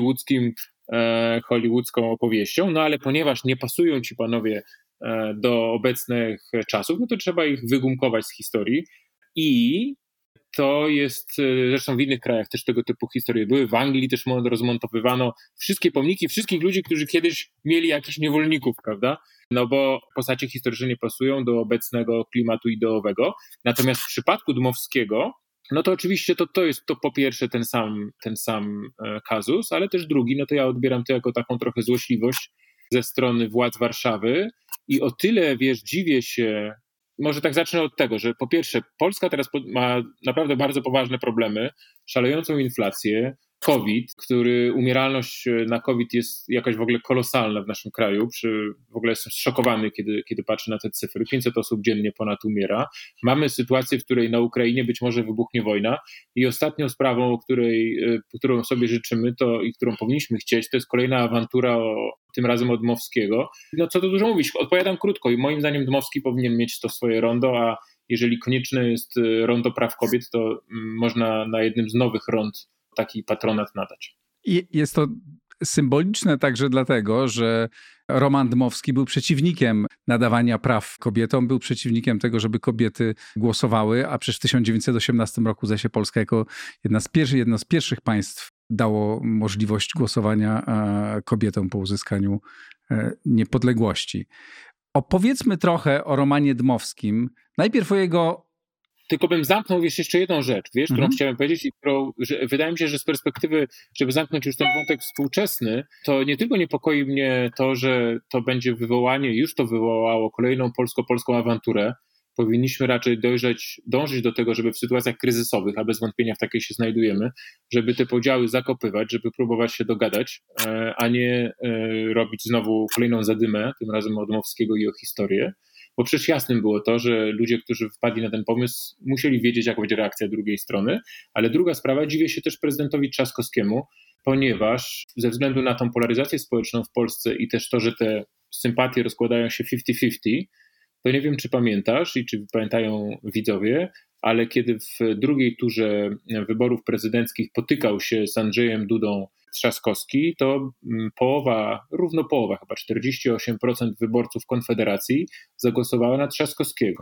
Speaker 3: hollywoodzką opowieścią, no ale ponieważ nie pasują ci panowie do obecnych czasów, no to trzeba ich wygumkować z historii i to jest, zresztą w innych krajach też tego typu historie były, w Anglii też rozmontowywano wszystkie pomniki wszystkich ludzi, którzy kiedyś mieli jakichś niewolników, prawda? No bo postacie historyczne nie pasują do obecnego klimatu ideowego. Natomiast w przypadku Dmowskiego, no to oczywiście to jest to po pierwsze ten sam kazus, ale też drugi, no to ja odbieram to jako taką trochę złośliwość ze strony władz Warszawy i o tyle, dziwię się. Może tak zacznę od tego, że po pierwsze Polska teraz ma naprawdę bardzo poważne problemy, szalejącą inflację, COVID, umieralność na COVID jest jakaś w ogóle kolosalna w naszym kraju. W ogóle jestem zszokowany, kiedy patrzę na te cyfry. 500 osób dziennie ponad umiera. Mamy sytuację, w której na Ukrainie być może wybuchnie wojna i ostatnią sprawą, którą sobie życzymy i którą powinniśmy chcieć, to jest kolejna awantura tym razem od Dmowskiego. No co tu dużo mówić, odpowiadam krótko i moim zdaniem Dmowski powinien mieć to swoje rondo, a jeżeli konieczne jest rondo praw kobiet, to można na jednym z nowych rond taki patronat nadać.
Speaker 1: I jest to symboliczne także dlatego, że Roman Dmowski był przeciwnikiem nadawania praw kobietom, był przeciwnikiem tego, żeby kobiety głosowały, a przecież w 1918 roku Polska jako jedno z pierwszych państw dało możliwość głosowania kobietom po uzyskaniu niepodległości. Opowiedzmy trochę o Romanie Dmowskim. Najpierw o jego...
Speaker 3: Tylko bym zamknął jeszcze jedną rzecz, którą chciałem powiedzieć i wydaje mi się, że z perspektywy, żeby zamknąć już ten wątek współczesny, to nie tylko niepokoi mnie to, że to będzie już to wywołało kolejną polską awanturę. Powinniśmy raczej dążyć do tego, żeby w sytuacjach kryzysowych, a bez wątpienia w takiej się znajdujemy, żeby te podziały zakopywać, żeby próbować się dogadać, a nie robić znowu kolejną zadymę, tym razem o Dmowskiego i o historię. Bo przecież jasnym było to, że ludzie, którzy wpadli na ten pomysł, musieli wiedzieć, jaka będzie reakcja drugiej strony. Ale druga sprawa, dziwię się też prezydentowi Trzaskowskiemu, ponieważ ze względu na tą polaryzację społeczną w Polsce i też to, że te sympatie rozkładają się 50-50, to nie wiem, czy pamiętasz i czy pamiętają widzowie, ale kiedy w drugiej turze wyborów prezydenckich potykał się z Andrzejem Dudą Trzaskowski, to równo połowa, chyba 48% wyborców Konfederacji zagłosowała na Trzaskowskiego.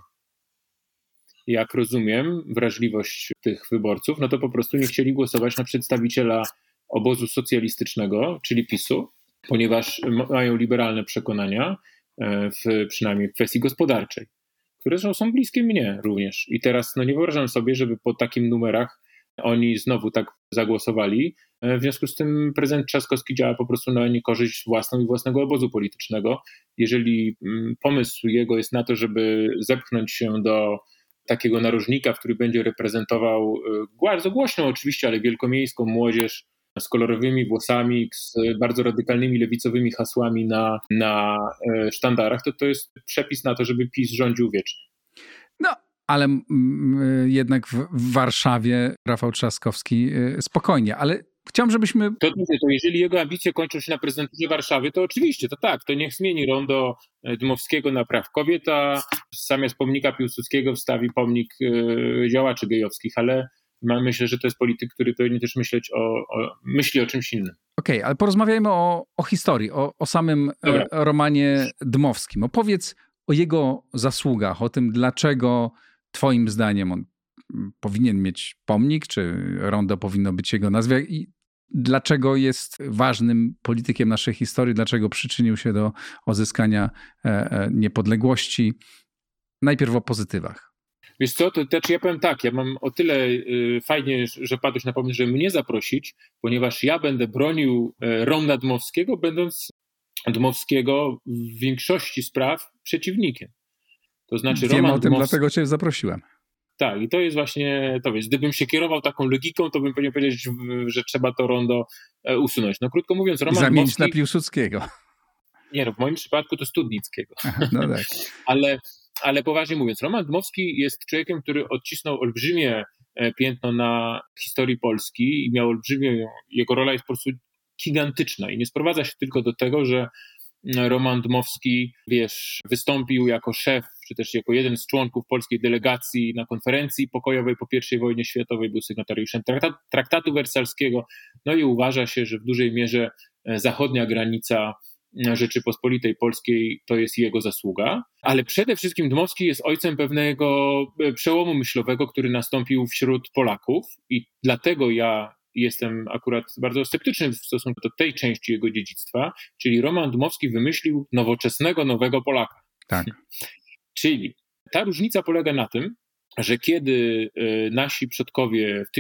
Speaker 3: Jak rozumiem wrażliwość tych wyborców, no to po prostu nie chcieli głosować na przedstawiciela obozu socjalistycznego, czyli PiS-u, ponieważ mają liberalne przekonania, przynajmniej w kwestii gospodarczej, które są bliskie mnie również. I teraz nie wyobrażam sobie, żeby po takim numerach oni znowu tak zagłosowali. W związku z tym prezydent Trzaskowski działa po prostu na niekorzyść własną i własnego obozu politycznego. Jeżeli pomysł jego jest na to, żeby zepchnąć się do takiego narożnika, który będzie reprezentował bardzo głośną oczywiście, ale wielkomiejską młodzież z kolorowymi włosami, z bardzo radykalnymi lewicowymi hasłami na sztandarach, to jest przepis na to, żeby PiS rządził wiecznie.
Speaker 1: No, ale jednak w Warszawie Rafał Trzaskowski spokojnie, ale chciałem, żebyśmy...
Speaker 3: To jeżeli jego ambicje kończą się na prezydenturze Warszawy, to oczywiście, to tak, to niech zmieni rondo Dmowskiego na praw kobiet, a zamiast pomnika Piłsudskiego wstawi pomnik działaczy gejowskich, ale myślę, że to jest polityk, który powinien też myśli o czymś innym.
Speaker 1: Okej, ale porozmawiajmy o historii, o samym Romanie Dmowskim. Opowiedz o jego zasługach, o tym, dlaczego twoim zdaniem on powinien mieć pomnik, czy rondo powinno być jego nazwą i dlaczego jest ważnym politykiem naszej historii, dlaczego przyczynił się do odzyskania niepodległości. Najpierw o pozytywach.
Speaker 3: Wiesz co, to ja powiem tak, ja mam o tyle fajnie, że padłeś na pomysł, żeby mnie zaprosić, ponieważ ja będę bronił Romana Dmowskiego, będąc Dmowskiego w większości spraw przeciwnikiem. To znaczy
Speaker 1: Wiem
Speaker 3: Roman
Speaker 1: o tym,
Speaker 3: Dmowski...
Speaker 1: dlatego cię zaprosiłem.
Speaker 3: Tak, i to jest właśnie to. Więc gdybym się kierował taką logiką, to bym powinien powiedzieć, że trzeba to rondo usunąć. No krótko mówiąc,
Speaker 1: I
Speaker 3: Roman
Speaker 1: zamienić
Speaker 3: Dmowski...
Speaker 1: na Piłsudskiego.
Speaker 3: Nie no, w moim przypadku to Studnickiego.
Speaker 1: Aha, no tak.
Speaker 3: Ale poważnie mówiąc, Roman Dmowski jest człowiekiem, który odcisnął olbrzymie piętno na historii Polski i miał olbrzymią... Jego rola jest po prostu gigantyczna i nie sprowadza się tylko do tego, że Roman Dmowski, wystąpił jako szef, czy też jako jeden z członków polskiej delegacji na konferencji pokojowej po I wojnie światowej, był sygnatariuszem traktatu wersalskiego, no i uważa się, że w dużej mierze zachodnia granica Rzeczypospolitej Polskiej to jest jego zasługa, ale przede wszystkim Dmowski jest ojcem pewnego przełomu myślowego, który nastąpił wśród Polaków i dlatego ja jestem akurat bardzo sceptyczny w stosunku do tej części jego dziedzictwa, czyli Roman Dmowski wymyślił nowoczesnego, nowego Polaka.
Speaker 1: Tak.
Speaker 3: Czyli ta różnica polega na tym, że kiedy nasi przodkowie w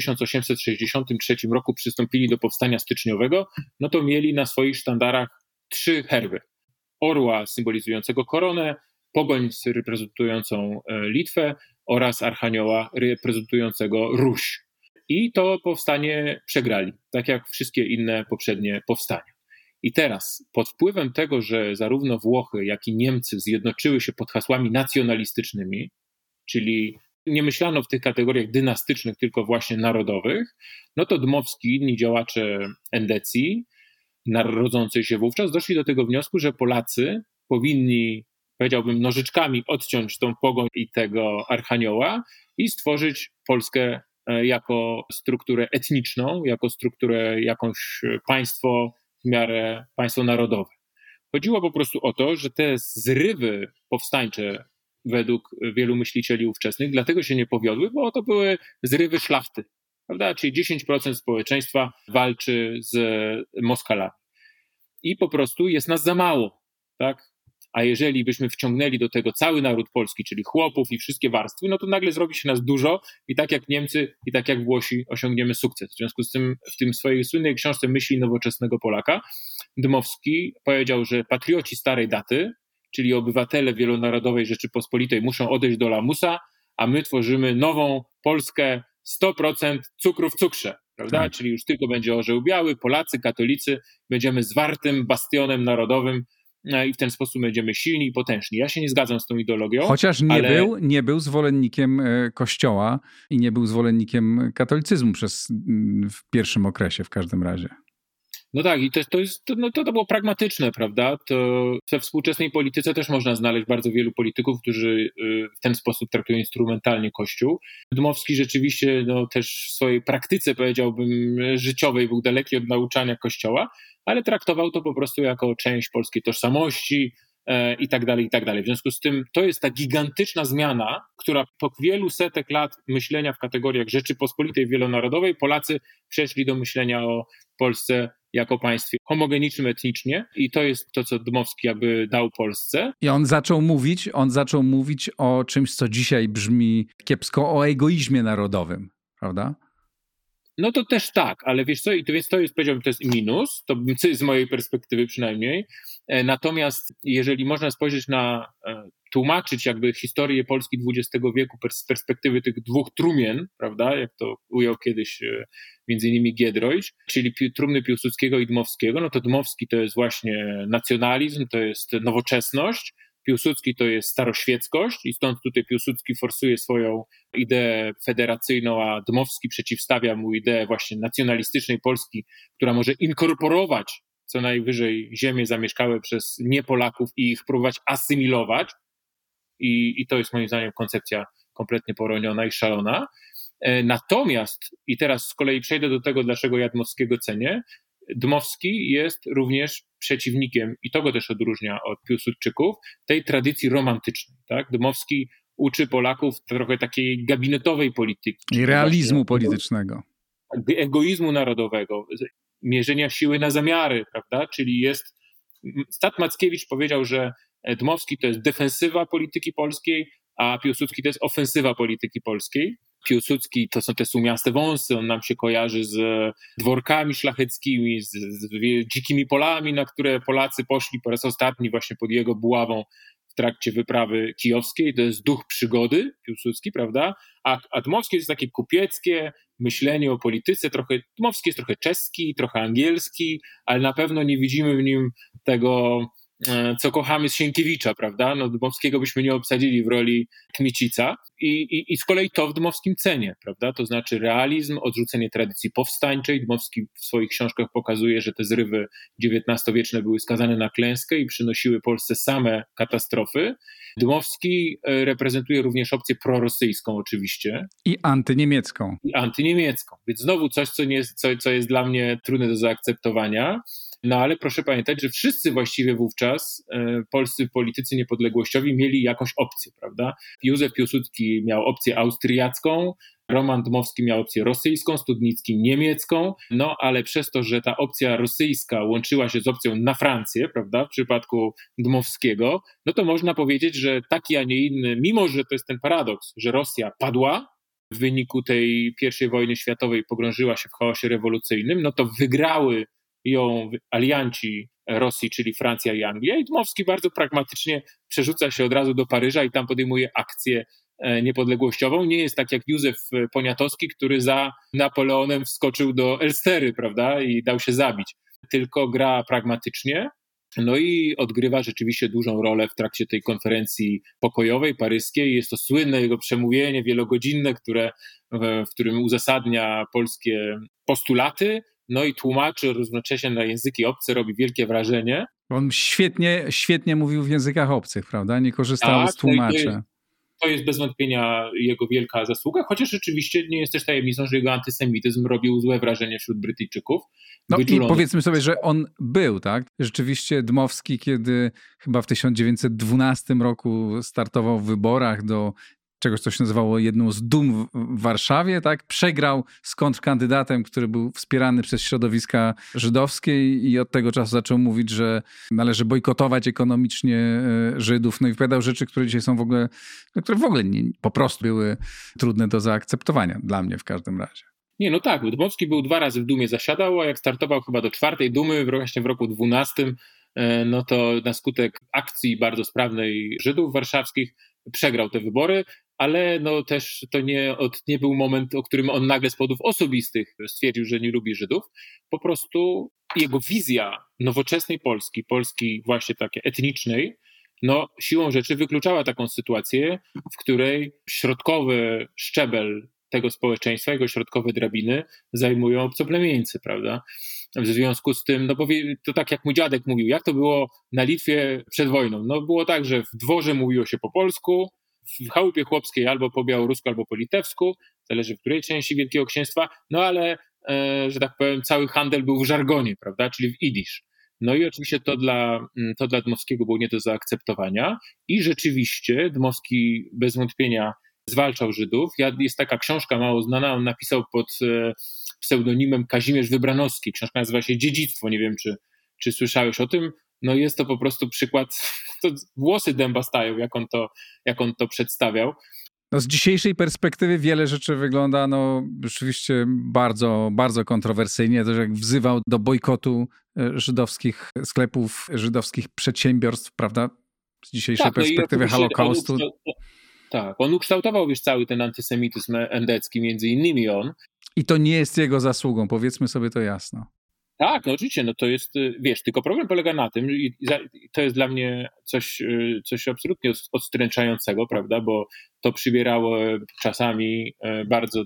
Speaker 3: 1863 roku przystąpili do powstania styczniowego, no to mieli na swoich sztandarach 3 herby. Orła symbolizującego koronę, pogoń reprezentującą Litwę oraz archanioła reprezentującego Ruś. I to powstanie przegrali, tak jak wszystkie inne poprzednie powstania. I teraz pod wpływem tego, że zarówno Włochy, jak i Niemcy zjednoczyły się pod hasłami nacjonalistycznymi, czyli nie myślano w tych kategoriach dynastycznych, tylko właśnie narodowych, no to Dmowski i inni działacze endecji, rodzącej się wówczas, doszli do tego wniosku, że Polacy powinni, powiedziałbym, nożyczkami odciąć tą pogoń i tego archanioła i stworzyć Polskę jako strukturę etniczną, jako strukturę, jakąś państwo w miarę państwo narodowe. Chodziło po prostu o to, że te zrywy powstańcze według wielu myślicieli ówczesnych dlatego się nie powiodły, bo to były zrywy szlachty, prawda? Czyli 10% społeczeństwa walczy z Moskalami. I po prostu jest nas za mało, tak? A jeżeli byśmy wciągnęli do tego cały naród polski, czyli chłopów i wszystkie warstwy, no to nagle zrobi się nas dużo i tak jak Niemcy i tak jak Włosi osiągniemy sukces. W związku z tym w tym swojej słynnej książce Myśli nowoczesnego Polaka Dmowski powiedział, że patrioci starej daty, czyli obywatele wielonarodowej Rzeczypospolitej muszą odejść do lamusa, a my tworzymy nową Polskę 100% cukru w cukrze, prawda?
Speaker 1: Tak.
Speaker 3: Czyli już tylko będzie orzeł biały, Polacy, katolicy, będziemy zwartym bastionem narodowym i w ten sposób będziemy silni i potężni. Ja się nie zgadzam z tą ideologią.
Speaker 1: Chociaż nie był zwolennikiem Kościoła i nie był zwolennikiem katolicyzmu w pierwszym okresie w każdym razie.
Speaker 3: No tak, i to było pragmatyczne, prawda? To we współczesnej polityce też można znaleźć bardzo wielu polityków, którzy w ten sposób traktują instrumentalnie Kościół. Dmowski rzeczywiście też w swojej praktyce, powiedziałbym, życiowej był daleki od nauczania Kościoła, ale traktował to po prostu jako część polskiej tożsamości i tak dalej, i tak dalej. W związku z tym to jest ta gigantyczna zmiana, która po wielu setek lat myślenia w kategoriach Rzeczypospolitej wielonarodowej Polacy przeszli do myślenia o Polsce jako państwie homogenicznym etnicznie i to jest to, co Dmowski jakby dał Polsce.
Speaker 1: I on zaczął mówić o czymś, co dzisiaj brzmi kiepsko, o egoizmie narodowym, prawda?
Speaker 3: No to też tak, ale wiesz co, więc to jest, powiedziałbym, to jest minus, to z mojej perspektywy przynajmniej. Natomiast jeżeli można spojrzeć tłumaczyć jakby historię Polski XX wieku z perspektywy tych 2 trumien, prawda, jak to ujął kiedyś między innymi Giedroyć, czyli trumny Piłsudskiego i Dmowskiego, no to Dmowski to jest właśnie nacjonalizm, to jest nowoczesność, Piłsudski to jest staroświeckość i stąd tutaj Piłsudski forsuje swoją ideę federacyjną, a Dmowski przeciwstawia mu ideę właśnie nacjonalistycznej Polski, która może inkorporować co najwyżej ziemię zamieszkałe przez nie-Polaków i ich próbować asymilować. I to jest moim zdaniem koncepcja kompletnie poroniona i szalona. Natomiast, i teraz z kolei przejdę do tego, dlaczego ja Dmowskiego cenię, Dmowski jest również przeciwnikiem, i to go też odróżnia od Piłsudczyków, tej tradycji romantycznej. Tak? Dmowski uczy Polaków trochę takiej gabinetowej polityki.
Speaker 1: I realizmu politycznego.
Speaker 3: Egoizmu narodowego, mierzenia siły na zamiary, prawda? Czyli Stat Mackiewicz powiedział, że Dmowski to jest defensywa polityki polskiej, a Piłsudski to jest ofensywa polityki polskiej. Piłsudski to są te sumiaste wąsy, on nam się kojarzy z dworkami szlacheckimi, z dzikimi polami, na które Polacy poszli po raz ostatni właśnie pod jego buławą w trakcie wyprawy kijowskiej, to jest duch przygody Piłsudski, prawda? A Dmowski jest takie kupieckie myślenie o polityce, Dmowski jest trochę czeski, trochę angielski, ale na pewno nie widzimy w nim tego, co kochamy z Sienkiewicza, prawda? No Dmowskiego byśmy nie obsadzili w roli Kmicica i z kolei to w Dmowskim cenię, prawda? To znaczy realizm, odrzucenie tradycji powstańczej. Dmowski w swoich książkach pokazuje, że te zrywy XIX-wieczne były skazane na klęskę i przynosiły Polsce same katastrofy. Dmowski reprezentuje również opcję prorosyjską oczywiście.
Speaker 1: I antyniemiecką.
Speaker 3: Więc znowu coś, co jest dla mnie trudne do zaakceptowania. No ale proszę pamiętać, że wszyscy właściwie wówczas polscy politycy niepodległościowi mieli jakąś opcję, prawda? Józef Piłsudski miał opcję austriacką, Roman Dmowski miał opcję rosyjską, Studnicki niemiecką, no ale przez to, że ta opcja rosyjska łączyła się z opcją na Francję, prawda, w przypadku Dmowskiego, no to można powiedzieć, że taki, a nie inny, mimo że to jest ten paradoks, że Rosja padła w wyniku tej I wojny światowej, pogrążyła się w chaosie rewolucyjnym, no to wygrały ją alianci Rosji, czyli Francja i Anglia, i Dmowski bardzo pragmatycznie przerzuca się od razu do Paryża i tam podejmuje akcję niepodległościową. Nie jest tak jak Józef Poniatowski, który za Napoleonem wskoczył do Elstery, prawda, i dał się zabić, tylko gra pragmatycznie. No i odgrywa rzeczywiście dużą rolę w trakcie tej konferencji pokojowej paryskiej. Jest to słynne jego przemówienie wielogodzinne, w którym uzasadnia polskie postulaty, no i tłumaczy równocześnie na języki obce, robi wielkie wrażenie.
Speaker 1: On świetnie mówił w językach obcych, prawda? Nie korzystał z tłumaczy.
Speaker 3: To jest bez wątpienia jego wielka zasługa, chociaż rzeczywiście nie jest też tajemnicą, że jego antysemityzm robił złe wrażenie wśród Brytyjczyków.
Speaker 1: No i powiedzmy sobie, że on był, tak? Rzeczywiście Dmowski, kiedy chyba w 1912 roku startował w wyborach do czegoś, co się nazywało jedną z dum w Warszawie, tak? Przegrał z kontrkandydatem, który był wspierany przez środowiska żydowskie i od tego czasu zaczął mówić, że należy bojkotować ekonomicznie Żydów. No i wypowiadał rzeczy, które dzisiaj są w ogóle, które w ogóle po prostu były trudne do zaakceptowania, dla mnie w każdym razie.
Speaker 3: Nie, no tak, Dmowski był 2 razy w Dumie zasiadał, a jak startował chyba do 4. Dumy, właśnie w roku 12, no to na skutek akcji bardzo sprawnej Żydów warszawskich przegrał te wybory, ale no też to nie był moment, o którym on nagle z powodów osobistych stwierdził, że nie lubi Żydów. Po prostu jego wizja nowoczesnej Polski właśnie takiej etnicznej, no siłą rzeczy wykluczała taką sytuację, w której środkowy szczebel tego społeczeństwa, jego środkowe drabiny zajmują obcoplemieńcy, prawda? W związku z tym, no bo to tak jak mój dziadek mówił, jak to było na Litwie przed wojną? No było tak, że w dworze mówiło się po polsku, w chałupie chłopskiej albo po białorusku, albo po litewsku, zależy w której części Wielkiego Księstwa, no ale, że tak powiem, cały handel był w żargonie, prawda, czyli w idisz. No i oczywiście to dla Dmowskiego było nie do zaakceptowania i rzeczywiście Dmowski bez wątpienia zwalczał Żydów. Jest taka książka mało znana, on napisał pod pseudonimem Kazimierz Wybranowski. Książka nazywa się Dziedzictwo, nie wiem czy słyszałeś o tym. No jest to po prostu przykład, to włosy dęba stają, jak on to przedstawiał.
Speaker 1: No z dzisiejszej perspektywy wiele rzeczy wygląda rzeczywiście bardzo, bardzo kontrowersyjnie. To, że jak wzywał do bojkotu żydowskich sklepów, żydowskich przedsiębiorstw, prawda? Z dzisiejszej perspektywy Holokaustu.
Speaker 3: On ukształtował cały ten antysemityzm endecki, między innymi on.
Speaker 1: I to nie jest jego zasługą, powiedzmy sobie to jasno.
Speaker 3: Tak, no oczywiście, no to jest, tylko problem polega na tym, i to jest dla mnie coś absolutnie odstręczającego, prawda, bo to przybierało czasami bardzo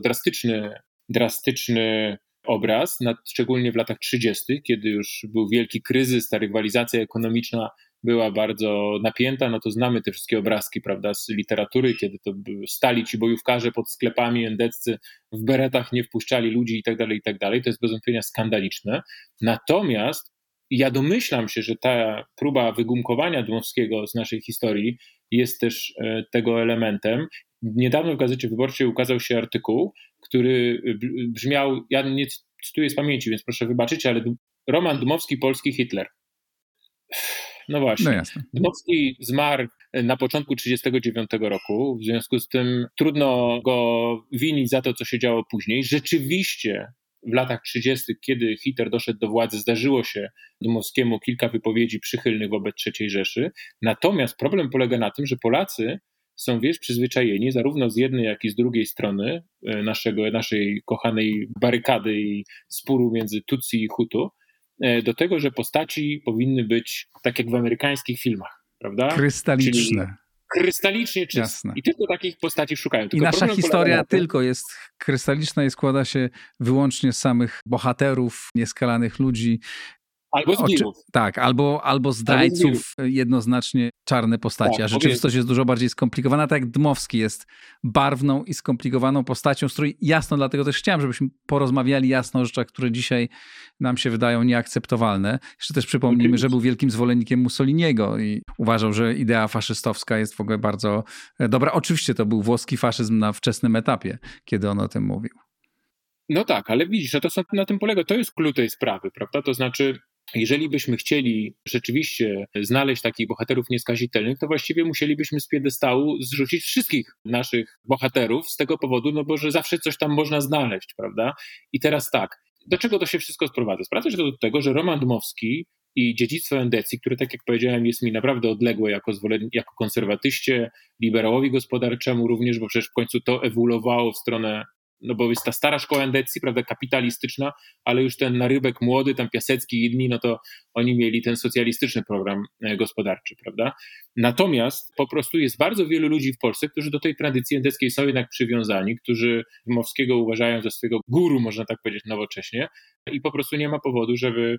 Speaker 3: drastyczny obraz, szczególnie w latach 30., kiedy już był wielki kryzys, ta rywalizacja ekonomiczna była bardzo napięta, no to znamy te wszystkie obrazki, prawda, z literatury, kiedy to stali ci bojówkarze pod sklepami endeccy, w beretach nie wpuszczali ludzi i tak dalej. To jest bez wątpienia skandaliczne. Natomiast ja domyślam się, że ta próba wygumkowania Dmowskiego z naszej historii jest też tego elementem. Niedawno w Gazecie Wyborczej ukazał się artykuł, który brzmiał, ja nie cytuję z pamięci, więc proszę wybaczyć, ale Roman Dmowski, polski Hitler. No właśnie.
Speaker 1: No
Speaker 3: Dmowski zmarł na początku 1939 roku, w związku z tym trudno go winić za to, co się działo później. Rzeczywiście w latach 30., kiedy Hitler doszedł do władzy, zdarzyło się Dmowskiemu kilka wypowiedzi przychylnych wobec III Rzeszy. Natomiast problem polega na tym, że Polacy są, przyzwyczajeni zarówno z jednej, jak i z drugiej strony naszej kochanej barykady i sporu między Tutsi i Hutu, do tego, że postaci powinny być tak jak w amerykańskich filmach, prawda?
Speaker 1: Krystaliczne.
Speaker 3: Czyli krystalicznie czyste.
Speaker 1: Jasne.
Speaker 3: I tylko takich postaci szukają. Tylko
Speaker 1: i nasza historia tylko jest krystaliczna i składa się wyłącznie z samych bohaterów, nieskalanych ludzi.
Speaker 3: Albo zbirów.
Speaker 1: Tak, albo zdrajców, jednoznacznie czarne postacie.
Speaker 3: Tak,
Speaker 1: a rzeczywistość jest dużo bardziej skomplikowana, tak jak Dmowski jest barwną i skomplikowaną postacią, z której jasno, dlatego też chciałem, żebyśmy porozmawiali jasno o rzeczach, które dzisiaj nam się wydają nieakceptowalne. Jeszcze też przypomnijmy, że był wielkim zwolennikiem Mussoliniego i uważał, że idea faszystowska jest w ogóle bardzo dobra. Oczywiście to był włoski faszyzm na wczesnym etapie, kiedy on o tym mówił.
Speaker 3: No tak, ale widzisz, że na tym polega, to jest klucz tej sprawy, prawda? To znaczy, jeżeli byśmy chcieli rzeczywiście znaleźć takich bohaterów nieskazitelnych, to właściwie musielibyśmy z piedestału zrzucić wszystkich naszych bohaterów z tego powodu, bo że zawsze coś tam można znaleźć, prawda? I teraz tak, do czego to się wszystko sprowadza? Sprowadza się to do tego, że Roman Dmowski i dziedzictwo endecji, które, tak jak powiedziałem, jest mi naprawdę odległe jako konserwatyście, liberałowi gospodarczemu również, bo przecież w końcu to ewoluowało w stronę, no bo jest ta stara szkoła endecji, prawda, kapitalistyczna, ale już ten Narybek młody, tam Piasecki i inni, no to oni mieli ten socjalistyczny program gospodarczy, prawda. Natomiast po prostu jest bardzo wielu ludzi w Polsce, którzy do tej tradycji endeckiej są jednak przywiązani, którzy Dmowskiego uważają za swojego guru, można tak powiedzieć nowocześnie, i po prostu nie ma powodu,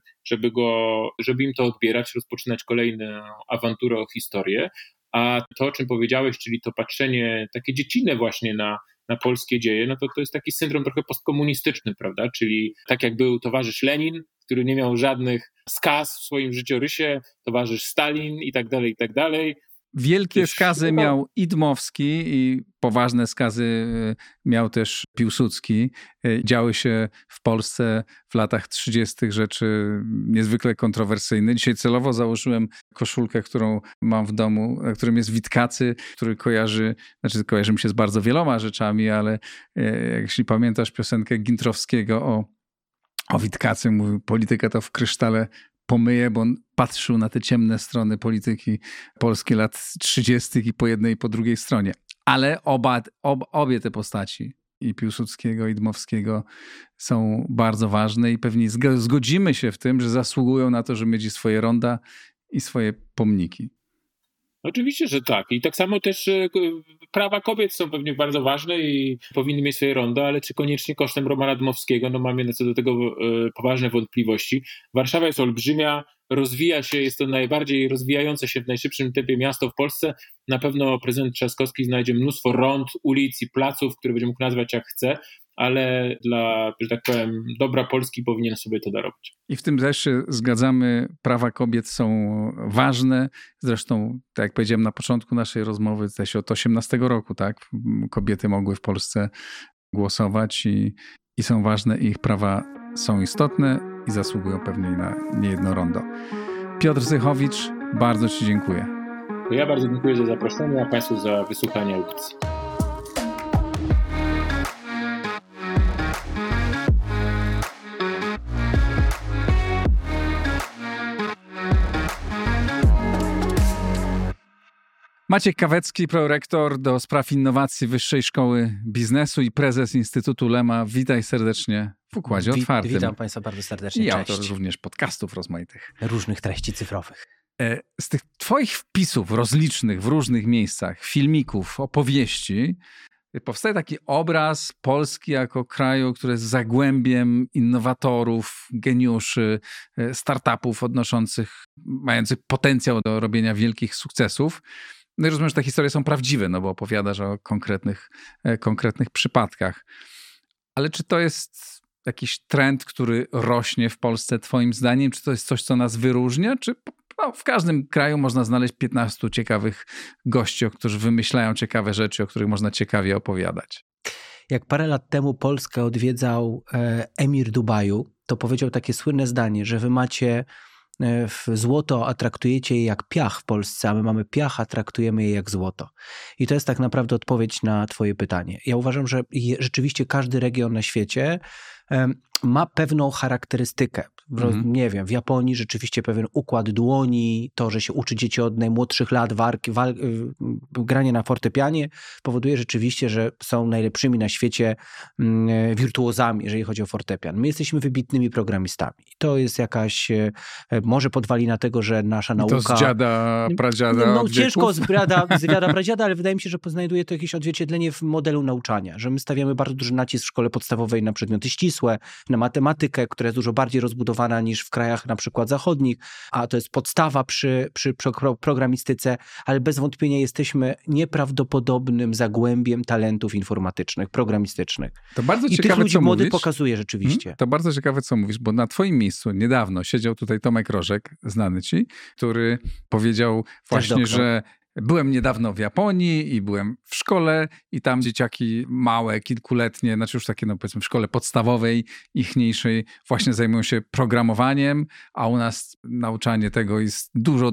Speaker 3: żeby im to odbierać, rozpoczynać kolejną awanturę o historię. A to, o czym powiedziałeś, czyli to patrzenie takie dziecinne właśnie na polskie dzieje, no to jest taki syndrom trochę postkomunistyczny, prawda? Czyli tak jak był towarzysz Lenin, który nie miał żadnych skaz w swoim życiorysie, towarzysz Stalin i tak dalej, i tak dalej.
Speaker 1: Wielkie skazy miał i Dmowski i poważne skazy miał też Piłsudski. Działy się w Polsce w latach 30. rzeczy niezwykle kontrowersyjne. Dzisiaj celowo założyłem koszulkę, którą mam w domu, na którym jest Witkacy, który kojarzy mi się z bardzo wieloma rzeczami, ale jeśli pamiętasz piosenkę Gintrowskiego o Witkacy, mówił, polityka to w krysztale pomyje, bo on patrzył na te ciemne strony polityki polskiej lat 30. i po jednej i po drugiej stronie. Ale obie te postaci, i Piłsudskiego, i Dmowskiego, są bardzo ważne i pewnie zgodzimy się w tym, że zasługują na to, żeby mieć swoje ronda i swoje pomniki.
Speaker 3: Oczywiście, że tak. I tak samo też prawa kobiet są pewnie bardzo ważne i powinny mieć swoje rondo, ale czy koniecznie kosztem Romana Dmowskiego? No mamy co do tego poważne wątpliwości. Warszawa jest olbrzymia, rozwija się, jest to najbardziej rozwijające się w najszybszym tempie miasto w Polsce. Na pewno prezydent Trzaskowski znajdzie mnóstwo rond, ulic i placów, które będzie mógł nazwać jak chce, ale dla, że tak powiem, dobra Polski powinien sobie to darować.
Speaker 1: I w tym też się zgadzamy, prawa kobiet są ważne. Zresztą, tak jak powiedziałem na początku naszej rozmowy, też od 18 roku, tak, kobiety mogły w Polsce głosować i są ważne, i ich prawa są istotne i zasługują pewnie na niejedno rondo. Piotr Zychowicz, bardzo Ci dziękuję.
Speaker 3: Ja bardzo dziękuję za zaproszenie, a Państwu za wysłuchanie audycji.
Speaker 1: Maciek Kawecki, prorektor do spraw innowacji Wyższej Szkoły Biznesu i prezes Instytutu Lema. Witaj serdecznie w Układzie Otwartym.
Speaker 4: Witam Państwa bardzo serdecznie.
Speaker 1: I autor również podcastów rozmaitych.
Speaker 4: Różnych treści cyfrowych.
Speaker 1: Z tych Twoich wpisów rozlicznych w różnych miejscach, filmików, opowieści, powstaje taki obraz Polski jako kraju, który jest zagłębiem innowatorów, geniuszy, startupów mających potencjał do robienia wielkich sukcesów. No i rozumiem, że te historie są prawdziwe, no bo opowiadasz o konkretnych przypadkach. Ale czy to jest jakiś trend, który rośnie w Polsce twoim zdaniem? Czy to jest coś, co nas wyróżnia? Czy w każdym kraju można znaleźć 15 ciekawych gości, którzy wymyślają ciekawe rzeczy, o których można ciekawie opowiadać?
Speaker 4: Jak parę lat temu Polskę odwiedzał emir Dubaju, to powiedział takie słynne zdanie, że wy macie złoto, a traktujecie je jak piach w Polsce, a my mamy piach, a traktujemy je jak złoto. I to jest tak naprawdę odpowiedź na twoje pytanie. Ja uważam, że rzeczywiście każdy region na świecie ma pewną charakterystykę. Nie wiem, w Japonii rzeczywiście pewien układ dłoni, to, że się uczy dzieci od najmłodszych lat granie na fortepianie powoduje rzeczywiście, że są najlepszymi na świecie wirtuozami, jeżeli chodzi o fortepian. My jesteśmy wybitnymi programistami. To jest jakaś, może podwalina tego, że nasza nauka...
Speaker 1: To z dziada, pradziada
Speaker 4: No ciężko z dziada, pradziada, ale wydaje mi się, że znajduje to jakieś odzwierciedlenie w modelu nauczania, że my stawiamy bardzo duży nacisk w szkole podstawowej na przedmioty ścisłe, na matematykę, która jest dużo bardziej rozbudowana niż w krajach na przykład zachodnich, a to jest podstawa przy programistyce, ale bez wątpienia jesteśmy nieprawdopodobnym zagłębiem talentów informatycznych, programistycznych.
Speaker 1: To bardzo
Speaker 4: I
Speaker 1: ciekawe,
Speaker 4: tych ludzi
Speaker 1: co
Speaker 4: młody
Speaker 1: mówisz.
Speaker 4: pokazuje rzeczywiście.
Speaker 1: To bardzo ciekawe, co mówisz, bo na twoim miejscu niedawno siedział tutaj Tomek Rożek, znany ci, który powiedział właśnie, że byłem niedawno w Japonii i byłem w szkole i tam dzieciaki małe, kilkuletnie, znaczy już takie, no powiedzmy w szkole podstawowej, ichniejszej, właśnie zajmują się programowaniem, a u nas nauczanie tego jest dużo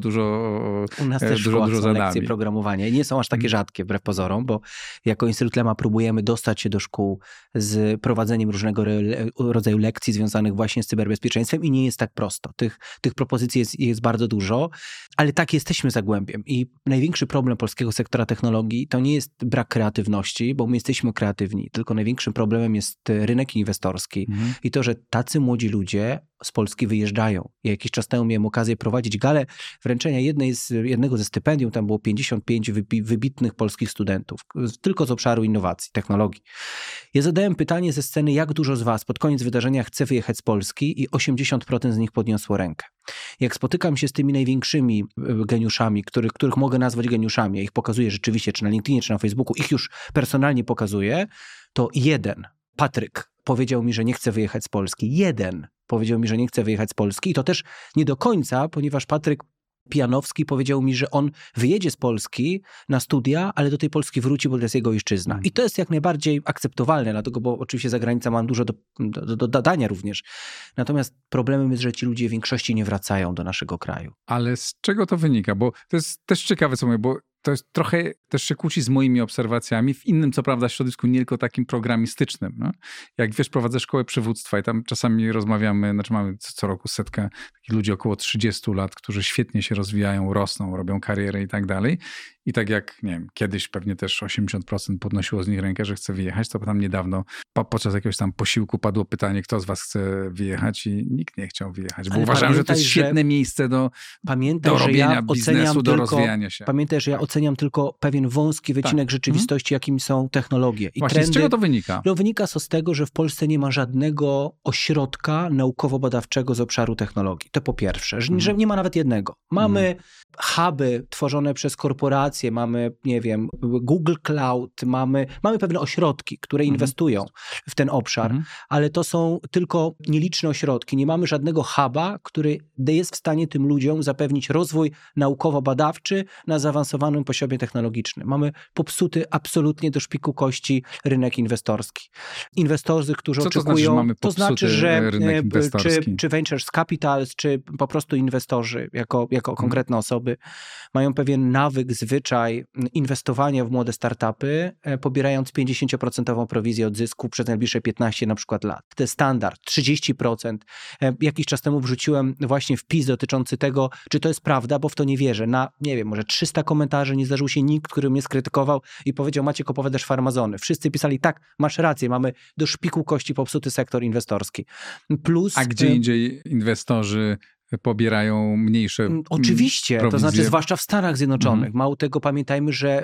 Speaker 4: U nas też
Speaker 1: dużo
Speaker 4: są lekcje programowania i nie są aż takie rzadkie wbrew pozorom, bo jako Instytut Lema próbujemy dostać się do szkół z prowadzeniem różnego rodzaju lekcji związanych właśnie z cyberbezpieczeństwem i nie jest tak prosto. Tych propozycji jest bardzo dużo, ale tak jesteśmy zagłębiem i największy problem polskiego sektora technologii to nie jest brak kreatywności, bo my jesteśmy kreatywni, tylko największym problemem jest rynek inwestorski i to, że tacy młodzi ludzie z Polski wyjeżdżają. Ja jakiś czas temu miałem okazję prowadzić galę wręczenia jednego ze stypendium, tam było 55 wybitnych polskich studentów, tylko z obszaru innowacji, technologii. Ja zadałem pytanie ze sceny, jak dużo z was pod koniec wydarzenia chce wyjechać z Polski i 80% z nich podniosło rękę. Jak spotykam się z tymi największymi geniuszami, których mogę nazwać geniuszami, ja ich pokazuję rzeczywiście, czy na LinkedInie, czy na Facebooku, ich już personalnie pokazuję, to jeden, Patryk, powiedział mi, że nie chce wyjechać z Polski. Jeden powiedział mi, że nie chce wyjechać z Polski i to też nie do końca, ponieważ Patryk Pijanowski powiedział mi, że on wyjedzie z Polski na studia, ale do tej Polski wróci, bo to jest jego ojczyzna. I to jest jak najbardziej akceptowalne, dlatego, bo oczywiście za granicą mam dużo do dodania również. Natomiast problemem jest, że ci ludzie w większości nie wracają do naszego kraju.
Speaker 1: Ale z czego to wynika? Bo to jest też ciekawe, co mówię, bo to jest trochę też się kłóci z moimi obserwacjami w innym, co prawda, środowisku, nie tylko takim programistycznym. No? Jak wiesz, prowadzę szkołę przywództwa i tam czasami rozmawiamy, znaczy mamy co roku setkę takich ludzi około 30 lat, którzy świetnie się rozwijają, rosną, robią karierę i tak dalej. I tak jak, nie wiem, kiedyś pewnie też 80% podnosiło z nich rękę, że chce wyjechać, to tam niedawno podczas jakiegoś tam posiłku padło pytanie, kto z was chce wyjechać i nikt nie chciał wyjechać, bo
Speaker 4: ale
Speaker 1: uważałem, że to jest świetne miejsce do robienia biznesu, do rozwijania się.
Speaker 4: Pamiętaj, że ja oceniam tylko pewien wąski wycinek rzeczywistości, jakim są technologie. I
Speaker 1: właśnie,
Speaker 4: trendy.
Speaker 1: z czego to wynika?
Speaker 4: No, wynika z tego, że w Polsce nie ma żadnego ośrodka naukowo-badawczego z obszaru technologii. To po pierwsze, że nie ma nawet jednego. Mamy huby tworzone przez korporacje, mamy, nie wiem, Google Cloud, mamy pewne ośrodki, które inwestują w ten obszar, ale to są tylko nieliczne ośrodki. Nie mamy żadnego huba, który jest w stanie tym ludziom zapewnić rozwój naukowo-badawczy na zaawansowanym poziomie technologicznym. Mamy popsuty absolutnie do szpiku kości rynek inwestorski. Inwestorzy, którzy oczekują...
Speaker 1: To znaczy, że rynek inwestorski?
Speaker 4: Czy Ventures Capitals, czy po prostu inwestorzy jako konkretne osoby mają pewien nawyk, zwyczaj inwestowania w młode startupy, pobierając 50% prowizję od zysku przez najbliższe 15 na przykład lat. To jest standard, 30%. Jakiś czas temu wrzuciłem właśnie wpis dotyczący tego, czy to jest prawda, bo w to nie wierzę. Na, nie wiem, może 300 komentarzy nie zdarzył się nikt, który mnie skrytykował i powiedział: Maciek, opowiadasz farmazony. Wszyscy pisali: tak, masz rację, mamy do szpiku kości popsuty sektor inwestorski. Plus,
Speaker 1: a gdzie indziej inwestorzy pobierają mniejsze
Speaker 4: oczywiście,
Speaker 1: prowizje.
Speaker 4: To znaczy zwłaszcza w Stanach Zjednoczonych. Mało tego, pamiętajmy, że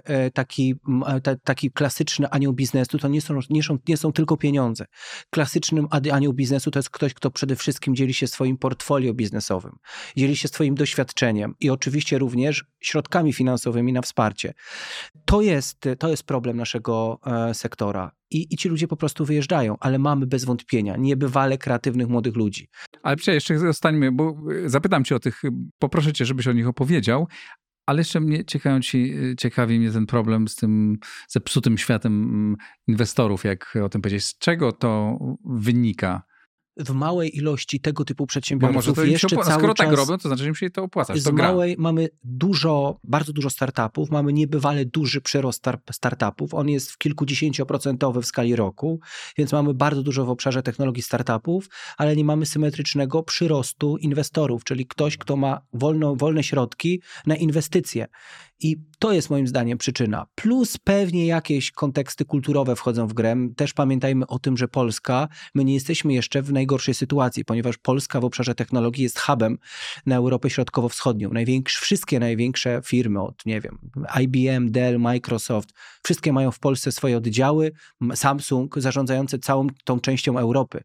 Speaker 4: taki klasyczny anioł biznesu to nie są tylko pieniądze. Klasycznym anioł biznesu to jest ktoś, kto przede wszystkim dzieli się swoim portfolio biznesowym, dzieli się swoim doświadczeniem i oczywiście również środkami finansowymi na wsparcie. To jest problem naszego sektora. I ci ludzie po prostu wyjeżdżają, ale mamy bez wątpienia niebywale kreatywnych młodych ludzi.
Speaker 1: Ale jeszcze zostańmy, bo zapytam cię o tych, poproszę cię, żebyś o nich opowiedział, ale jeszcze ciekawi mnie ten problem z tym zepsutym światem inwestorów, jak o tym powiedzieć. Z czego to wynika?
Speaker 4: w małej ilości tego typu
Speaker 1: Bo
Speaker 4: przedsiębiorców
Speaker 1: może to im się
Speaker 4: jeszcze
Speaker 1: opłaca.
Speaker 4: cały
Speaker 1: Skoro
Speaker 4: czas...
Speaker 1: tak robią, to znaczy, że im się to opłaca.
Speaker 4: Z małej mamy bardzo dużo startupów, mamy niebywale duży przyrost startupów. On jest w kilkudziesięcioprocentowy w skali roku, więc mamy bardzo dużo w obszarze technologii startupów, ale nie mamy symetrycznego przyrostu inwestorów, czyli ktoś, kto ma wolne środki na inwestycje. I to jest moim zdaniem przyczyna. Plus pewnie jakieś konteksty kulturowe wchodzą w grę. Też pamiętajmy o tym, że Polska, my nie jesteśmy jeszcze w najgorszej sytuacji, ponieważ Polska w obszarze technologii jest hubem na Europę Środkowo-Wschodnią. Wszystkie największe firmy od, nie wiem, IBM, Dell, Microsoft, wszystkie mają w Polsce swoje oddziały, Samsung zarządzający całą tą częścią Europy.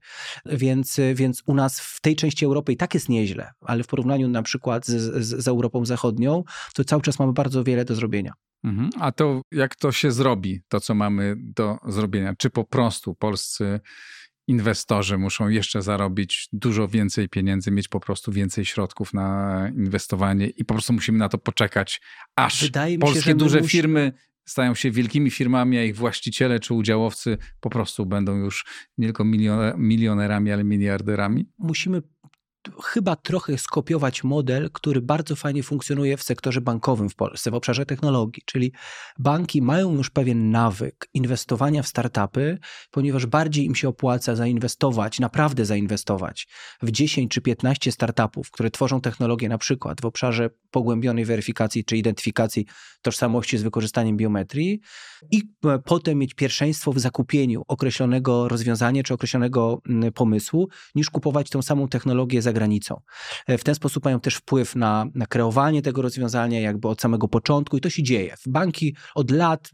Speaker 4: Więc u nas w tej części Europy i tak jest nieźle, ale w porównaniu na przykład z Europą Zachodnią, to cały czas mamy bardzo wiele do zrobienia.
Speaker 1: A to jak to się zrobi, to co mamy do zrobienia? Czy po prostu polscy inwestorzy muszą jeszcze zarobić dużo więcej pieniędzy, mieć po prostu więcej środków na inwestowanie i po prostu musimy na to poczekać, aż polskie duże firmy stają się wielkimi firmami, a ich właściciele czy udziałowcy po prostu będą już nie tylko milionerami, ale miliarderami?
Speaker 4: Musimy chyba trochę skopiować model, który bardzo fajnie funkcjonuje w sektorze bankowym w Polsce, w obszarze technologii, czyli banki mają już pewien nawyk inwestowania w startupy, ponieważ bardziej im się opłaca naprawdę zainwestować w 10 czy 15 startupów, które tworzą technologię na przykład w obszarze pogłębionej weryfikacji czy identyfikacji tożsamości z wykorzystaniem biometrii i potem mieć pierwszeństwo w zakupieniu określonego rozwiązania czy określonego pomysłu, niż kupować tą samą technologię za granicą. W ten sposób mają też wpływ na kreowanie tego rozwiązania jakby od samego początku i to się dzieje. Banki od lat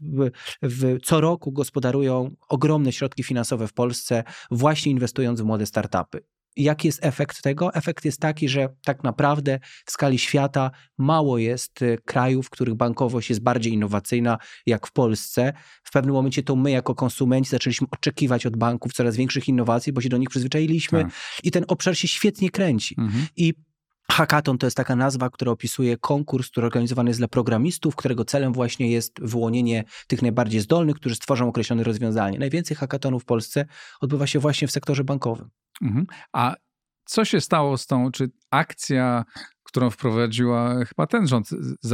Speaker 4: co roku gospodarują ogromne środki finansowe w Polsce, właśnie inwestując w młode startupy. Jaki jest efekt tego? Efekt jest taki, że tak naprawdę w skali świata mało jest krajów, w których bankowość jest bardziej innowacyjna jak w Polsce. W pewnym momencie to my jako konsumenci zaczęliśmy oczekiwać od banków coraz większych innowacji, bo się do nich przyzwyczailiśmy i ten obszar się świetnie kręci. I Hackathon to jest taka nazwa, która opisuje konkurs, który organizowany jest dla programistów, którego celem właśnie jest wyłonienie tych najbardziej zdolnych, którzy stworzą określone rozwiązanie. Najwięcej hackathonów w Polsce odbywa się właśnie w sektorze bankowym.
Speaker 1: A co się stało z tą, czy akcja, którą wprowadziła chyba ten rząd,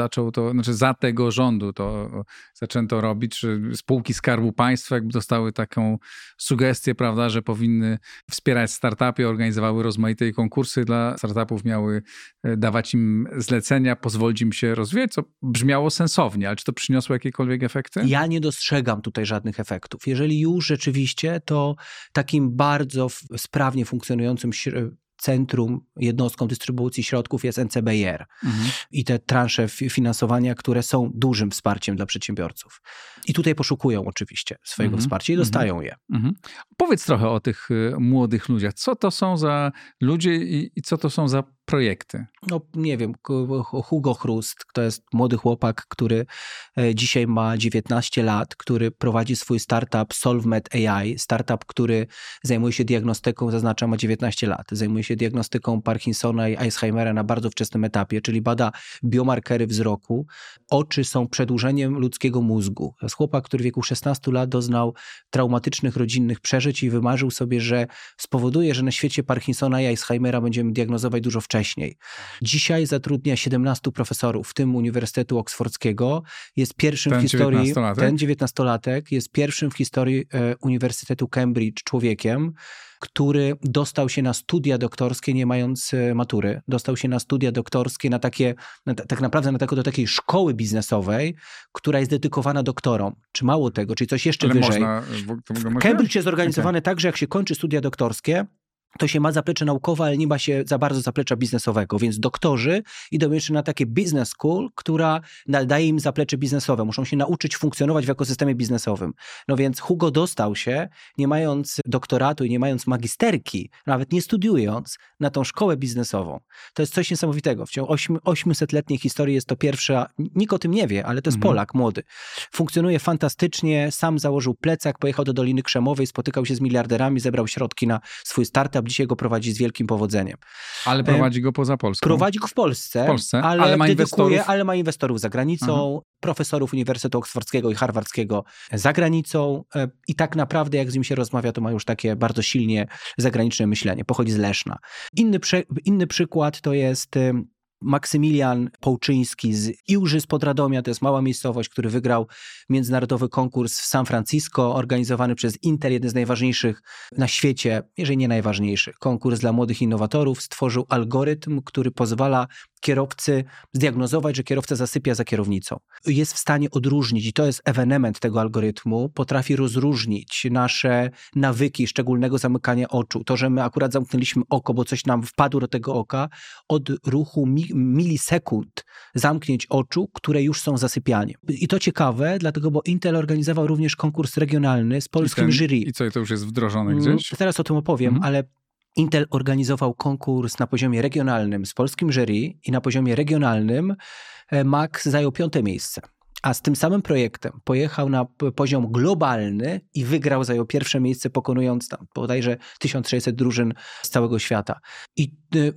Speaker 1: za tego rządu to zaczęto robić, czy spółki Skarbu Państwa jakby dostały taką sugestię, prawda, że powinny wspierać startupy, organizowały rozmaite konkursy dla startupów, miały dawać im zlecenia, pozwolić im się rozwijać, co brzmiało sensownie, ale czy to przyniosło jakiekolwiek efekty?
Speaker 4: Ja nie dostrzegam tutaj żadnych efektów. Jeżeli już rzeczywiście, to takim bardzo sprawnie funkcjonującym centrum, jednostką dystrybucji środków jest NCBR i te transze finansowania, które są dużym wsparciem dla przedsiębiorców. I tutaj poszukują oczywiście swojego wsparcia i dostają je.
Speaker 1: Powiedz trochę o tych młodych ludziach. Co to są za ludzie i co to są za projekty?
Speaker 4: No nie wiem, Hugo Chrust, to jest młody chłopak, który dzisiaj ma 19 lat, który prowadzi swój startup SolveMed AI, startup, który zajmuje się diagnostyką, zaznaczam, ma 19 lat, zajmuje się diagnostyką Parkinsona i Alzheimera na bardzo wczesnym etapie, czyli bada biomarkery wzroku. Oczy są przedłużeniem ludzkiego mózgu. To jest chłopak, który w wieku 16 lat doznał traumatycznych rodzinnych przeżyć i wymarzył sobie, że spowoduje, że na świecie Parkinsona i Alzheimera będziemy diagnozować dużo wcześniej. Dzisiaj zatrudnia 17 profesorów, w tym Uniwersytetu Oksfordzkiego. Jest pierwszym w historii, ten 19-latek jest pierwszym w historii Uniwersytetu Cambridge człowiekiem, który dostał się na studia doktorskie nie mając matury. Dostał się na studia doktorskie tak naprawdę do takiej szkoły biznesowej, która jest dedykowana doktorom. Czy mało tego, czyli coś jeszcze wyżej. Cambridge jest zorganizowany tak, że jak się kończy studia doktorskie, to się ma zaplecze naukowe, ale nie ma się za bardzo zaplecza biznesowego, więc doktorzy idą jeszcze na takie business school, która daje im zaplecze biznesowe. Muszą się nauczyć funkcjonować w ekosystemie biznesowym. No więc Hugo dostał się, nie mając doktoratu i nie mając magisterki, nawet nie studiując, na tą szkołę biznesową. To jest coś niesamowitego. W ciągu 800-letniej historii jest to pierwsza, nikt o tym nie wie, ale to jest Polak młody. Funkcjonuje fantastycznie, sam założył plecak, pojechał do Doliny Krzemowej, spotykał się z miliarderami, zebrał środki na swój startup, startup dzisiaj go prowadzi z wielkim powodzeniem.
Speaker 1: Ale prowadzi go poza Polską.
Speaker 4: Prowadzi go w Polsce, ale ma inwestorów. Ale ma inwestorów za granicą, profesorów Uniwersytetu Oksfordzkiego i Harvardzkiego za granicą i tak naprawdę jak z nim się rozmawia, to ma już takie bardzo silnie zagraniczne myślenie. Pochodzi z Leszna. Inny przykład to jest Maksymilian Połczyński z Iłży spod Radomia, to jest mała miejscowość, który wygrał międzynarodowy konkurs w San Francisco, organizowany przez Intel, jeden z najważniejszych na świecie, jeżeli nie najważniejszy, konkurs dla młodych innowatorów. Stworzył algorytm, który pozwala kierowcy zdiagnozować, że kierowca zasypia za kierownicą. Jest w stanie odróżnić, i to jest ewenement tego algorytmu, potrafi rozróżnić nasze nawyki szczególnego zamykania oczu. To, że my akurat zamknęliśmy oko, bo coś nam wpadło do tego oka, od ruchu milisekund zamknięć oczu, które już są zasypianiem. I to ciekawe, dlatego, bo Intel organizował również konkurs regionalny z polskim jury.
Speaker 1: I co, to już jest wdrożone gdzieś?
Speaker 4: Zaraz o tym opowiem, ale Intel organizował konkurs na poziomie regionalnym z polskim jury i na poziomie regionalnym Max zajął 5. miejsce. A z tym samym projektem pojechał na poziom globalny i wygrał, zajął 1. miejsce, pokonując tam bodajże 1600 drużyn z całego świata. I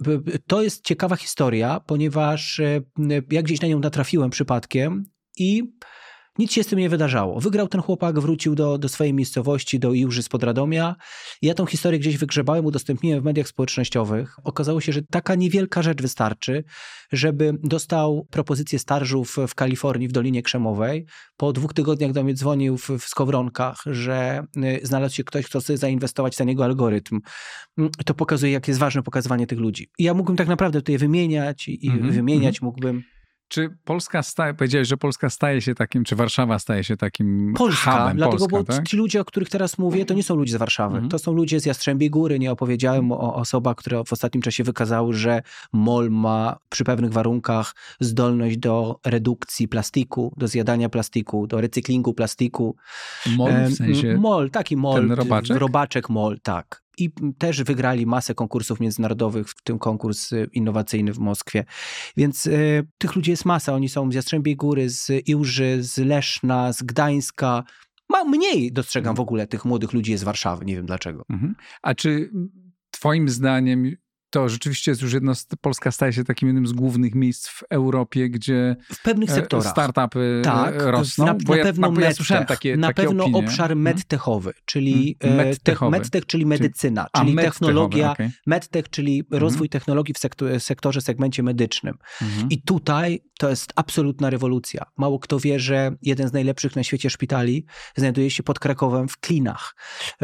Speaker 4: to jest ciekawa historia, ponieważ ja gdzieś na nią natrafiłem przypadkiem i nic się z tym nie wydarzało. Wygrał ten chłopak, wrócił do swojej miejscowości, do Iłży spod Radomia. Ja tą historię gdzieś wygrzebałem, udostępniłem w mediach społecznościowych. Okazało się, że taka niewielka rzecz wystarczy, żeby dostał propozycję stażów w Kalifornii, w Dolinie Krzemowej. Po 2 tygodniach do mnie dzwonił w Skowronkach, że znalazł się ktoś, kto chce zainwestować w ten jego algorytm. To pokazuje, jak jest ważne pokazywanie tych ludzi. I ja mógłbym tak naprawdę tutaj wymieniać i wymieniać mógłbym.
Speaker 1: Czy Polska powiedziałeś, że Polska staje się takim, czy Warszawa staje się takim hubem?
Speaker 4: Dlatego, bo
Speaker 1: tak?
Speaker 4: ci ludzie, o których teraz mówię, to nie są ludzie z Warszawy. To są ludzie z Jastrzębiej Góry. Nie opowiedziałem o osobach, które w ostatnim czasie wykazały, że MOL ma przy pewnych warunkach zdolność do redukcji plastiku, do zjadania plastiku, do recyklingu plastiku.
Speaker 1: MOL w sensie?
Speaker 4: MOL, taki MOL.
Speaker 1: Ten robaczek?
Speaker 4: Robaczek MOL, tak. I też wygrali masę konkursów międzynarodowych, w tym konkurs innowacyjny w Moskwie. Więc tych ludzi jest masa. Oni są z Jastrzębiej Góry, z Iłży, z Leszna, z Gdańska. Mniej dostrzegam w ogóle tych młodych ludzi z Warszawy. Nie wiem dlaczego.
Speaker 1: A czy twoim zdaniem to rzeczywiście jest już Polska staje się takim jednym z głównych miejsc w Europie, gdzie
Speaker 4: w pewnych sektorach
Speaker 1: startupy rosną?
Speaker 4: Ja
Speaker 1: słyszałem takie
Speaker 4: pewno
Speaker 1: opinie.
Speaker 4: Obszar medtechowy, czyli medtech, czyli medycyna, czyli technologia, medtech, czyli rozwój technologii w sektorze, segmencie medycznym. I tutaj to jest absolutna rewolucja. Mało kto wie, że jeden z najlepszych na świecie szpitali znajduje się pod Krakowem w Klinach,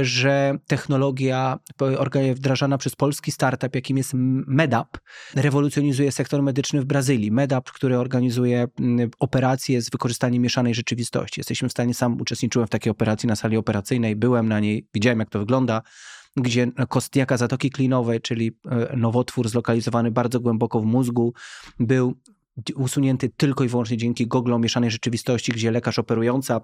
Speaker 4: że technologia wdrażana przez polski startup, jakim jest Medap, rewolucjonizuje sektor medyczny w Brazylii. Medap, który organizuje operacje z wykorzystaniem mieszanej rzeczywistości. Jesteśmy w stanie, sam uczestniczyłem w takiej operacji na sali operacyjnej, byłem na niej, widziałem jak to wygląda, gdzie kostniaka Zatoki Klinowej, czyli nowotwór zlokalizowany bardzo głęboko w mózgu, był usunięty tylko i wyłącznie dzięki goglom mieszanej rzeczywistości, gdzie lekarz operująca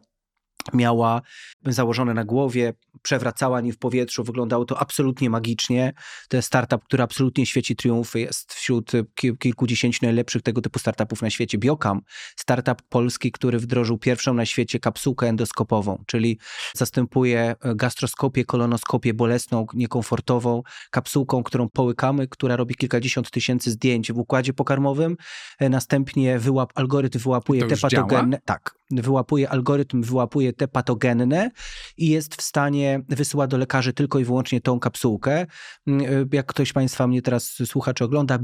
Speaker 4: miała założone na głowie, przewracała nim w powietrzu, wyglądało to absolutnie magicznie. To jest startup, który absolutnie świeci triumfy, jest wśród kilkudziesięciu najlepszych tego typu startupów na świecie. Biokam, startup polski, który wdrożył pierwszą na świecie kapsułkę endoskopową, czyli zastępuje gastroskopię, kolonoskopię bolesną, niekomfortową, kapsułką, którą połykamy, która robi kilkadziesiąt tysięcy zdjęć w układzie pokarmowym, następnie algorytm wyłapuje te patogenne. Tak, algorytm wyłapuje te patogenne i jest w stanie wysyłać do lekarzy tylko i wyłącznie tą kapsułkę. Jak ktoś Państwa mnie teraz słucha czy ogląda,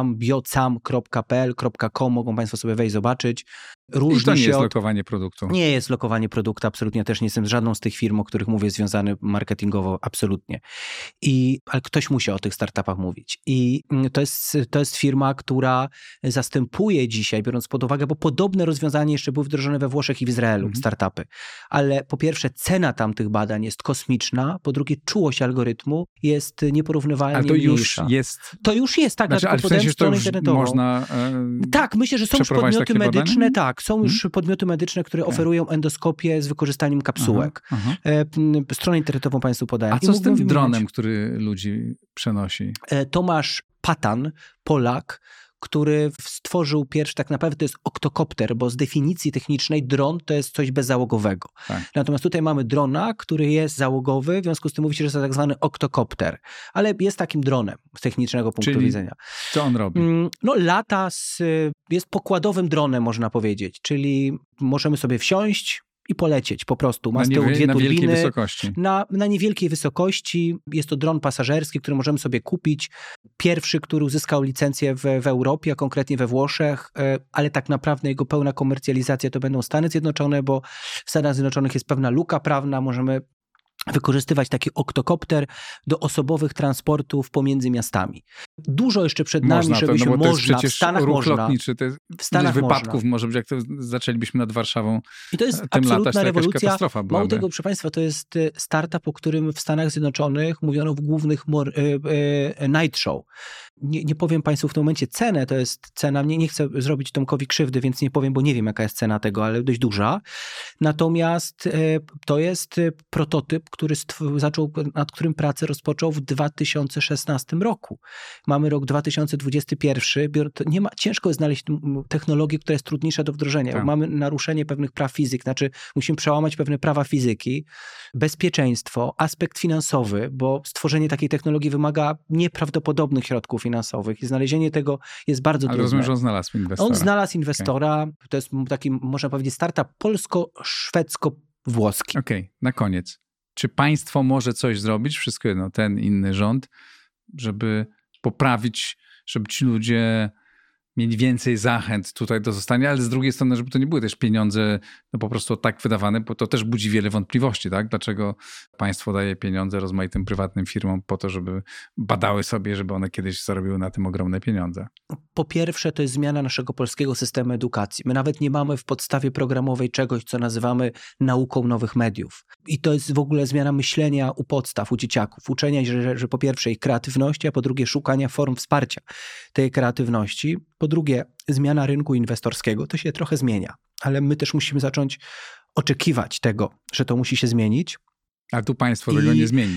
Speaker 4: biocam.pl.com, mogą Państwo sobie wejść, zobaczyć.
Speaker 1: I to nie jest lokowanie produktu.
Speaker 4: Nie jest lokowanie produktu, absolutnie. Też nie jestem z żadną z tych firm, o których mówię, związany marketingowo, absolutnie. Ale ktoś musi o tych startupach mówić. I to jest firma, która zastępuje dzisiaj, biorąc pod uwagę, bo podobne rozwiązania jeszcze były wdrożone we Włoszech i w Izraelu, startupy. Ale po pierwsze cena tamtych badań jest kosmiczna, po drugie czułość algorytmu jest nieporównywalnie mniejsza. To już jest, tak.
Speaker 1: Znaczy, ale w sensie to już można
Speaker 4: tak, myślę, że są już podmioty medyczne,
Speaker 1: badania?
Speaker 4: Tak, są już podmioty medyczne, które oferują endoskopię z wykorzystaniem kapsułek. Stronę internetową Państwu podaję.
Speaker 1: A co z tym dronem, który ludzi przenosi?
Speaker 4: Tomasz Patan, Polak, który stworzył pierwszy, tak naprawdę to jest oktokopter, bo z definicji technicznej dron to jest coś bezzałogowego.
Speaker 1: Tak.
Speaker 4: Natomiast tutaj mamy drona, który jest załogowy, w związku z tym mówi się, że to tak zwany oktokopter, ale jest takim dronem z technicznego punktu widzenia.
Speaker 1: Co on robi?
Speaker 4: No lata, jest pokładowym dronem, można powiedzieć, czyli możemy sobie wsiąść i polecieć po prostu. Ma z tyłu dwie turbiny.
Speaker 1: Niewielkiej wysokości.
Speaker 4: Na niewielkiej wysokości. Jest to dron pasażerski, który możemy sobie kupić. Pierwszy, który uzyskał licencję w Europie, a konkretnie we Włoszech, ale tak naprawdę jego pełna komercjalizacja to będą Stany Zjednoczone, bo w Stanach Zjednoczonych jest pewna luka prawna, możemy wykorzystywać taki oktokopter do osobowych transportów pomiędzy miastami. Dużo jeszcze przed nami, żeby się można. W Stanach
Speaker 1: ruch
Speaker 4: można.
Speaker 1: Lotniczy, w Stanach wypadków może być, jak to zaczęliśmy nad Warszawą.
Speaker 4: I to jest
Speaker 1: tym
Speaker 4: absolutna
Speaker 1: latać, to
Speaker 4: rewolucja.
Speaker 1: Katastrofa byłaby.
Speaker 4: Mało tego, proszę Państwa, to jest startup, o którym w Stanach Zjednoczonych mówiono w głównych night show. Nie powiem Państwu w tym momencie cenę, to jest cena, nie chcę zrobić Tomkowi krzywdy, więc nie powiem, bo nie wiem jaka jest cena tego, ale dość duża. Natomiast to jest prototyp, nad którym pracę rozpoczął w 2016 roku. Mamy rok 2021, ciężko jest znaleźć technologię, która jest trudniejsza do wdrożenia.
Speaker 1: Tak.
Speaker 4: Mamy naruszenie pewnych praw fizyki, znaczy musimy przełamać pewne prawa fizyki, bezpieczeństwo, aspekt finansowy, bo stworzenie takiej technologii wymaga nieprawdopodobnych środków finansowych i znalezienie tego jest bardzo trudne.
Speaker 1: Ale rozumiem, że on znalazł inwestora.
Speaker 4: On znalazł inwestora, to jest taki, można powiedzieć, startup polsko-szwedzko-włoski.
Speaker 1: Okej, na koniec. Czy państwo może coś zrobić, wszystko jedno, ten inny rząd, żeby poprawić, żeby ci ludzie mieli więcej zachęt tutaj do zostania, ale z drugiej strony, żeby to nie były też pieniądze po prostu tak wydawane, bo to też budzi wiele wątpliwości, tak? Dlaczego państwo daje pieniądze rozmaitym prywatnym firmom po to, żeby badały sobie, żeby one kiedyś zarobiły na tym ogromne pieniądze?
Speaker 4: Po pierwsze, to jest zmiana naszego polskiego systemu edukacji. My nawet nie mamy w podstawie programowej czegoś, co nazywamy nauką nowych mediów. I to jest w ogóle zmiana myślenia u podstaw, u dzieciaków. Uczenia, że po pierwsze ich kreatywności, a po drugie szukania form wsparcia tej kreatywności. Po drugie, zmiana rynku inwestorskiego. To się trochę zmienia, ale my też musimy zacząć oczekiwać tego, że to musi się zmienić.
Speaker 1: A tu państwo tego nie zmieni.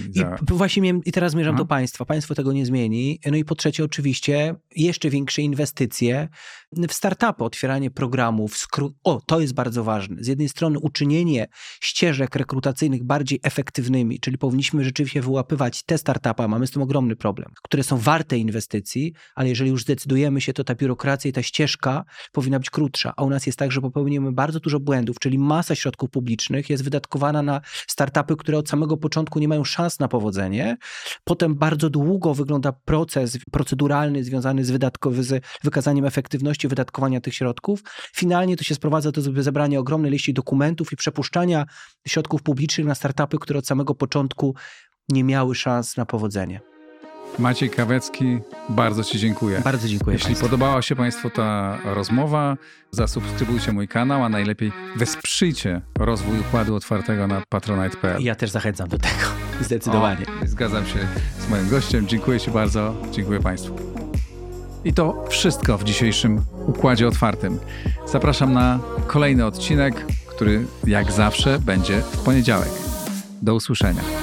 Speaker 4: I teraz zmierzam do państwa. Państwo tego nie zmieni. No i po trzecie oczywiście jeszcze większe inwestycje w startupy, otwieranie programów. To jest bardzo ważne. Z jednej strony uczynienie ścieżek rekrutacyjnych bardziej efektywnymi, czyli powinniśmy rzeczywiście wyłapywać te startupy, mamy z tym ogromny problem, które są warte inwestycji, ale jeżeli już zdecydujemy się, to ta biurokracja i ta ścieżka powinna być krótsza. A u nas jest tak, że popełnimy bardzo dużo błędów, czyli masa środków publicznych jest wydatkowana na startupy, które od samego początku nie mają szans na powodzenie. Potem bardzo długo wygląda proces proceduralny związany z wykazaniem efektywności wydatkowania tych środków. Finalnie to się sprowadza do zebrania ogromnej liści dokumentów i przepuszczania środków publicznych na startupy, które od samego początku nie miały szans na powodzenie.
Speaker 1: Maciej Kawecki, bardzo Ci dziękuję.
Speaker 4: Bardzo dziękuję.
Speaker 1: Jeśli podobała się Państwu ta rozmowa, zasubskrybujcie mój kanał, a najlepiej wesprzyjcie rozwój układu otwartego na patronite.pl.
Speaker 4: Ja też zachęcam do tego, zdecydowanie.
Speaker 1: Zgadzam się z moim gościem. Dziękuję Ci bardzo. Dziękuję Państwu. I to wszystko w dzisiejszym Układzie Otwartym. Zapraszam na kolejny odcinek, który jak zawsze będzie w poniedziałek. Do usłyszenia.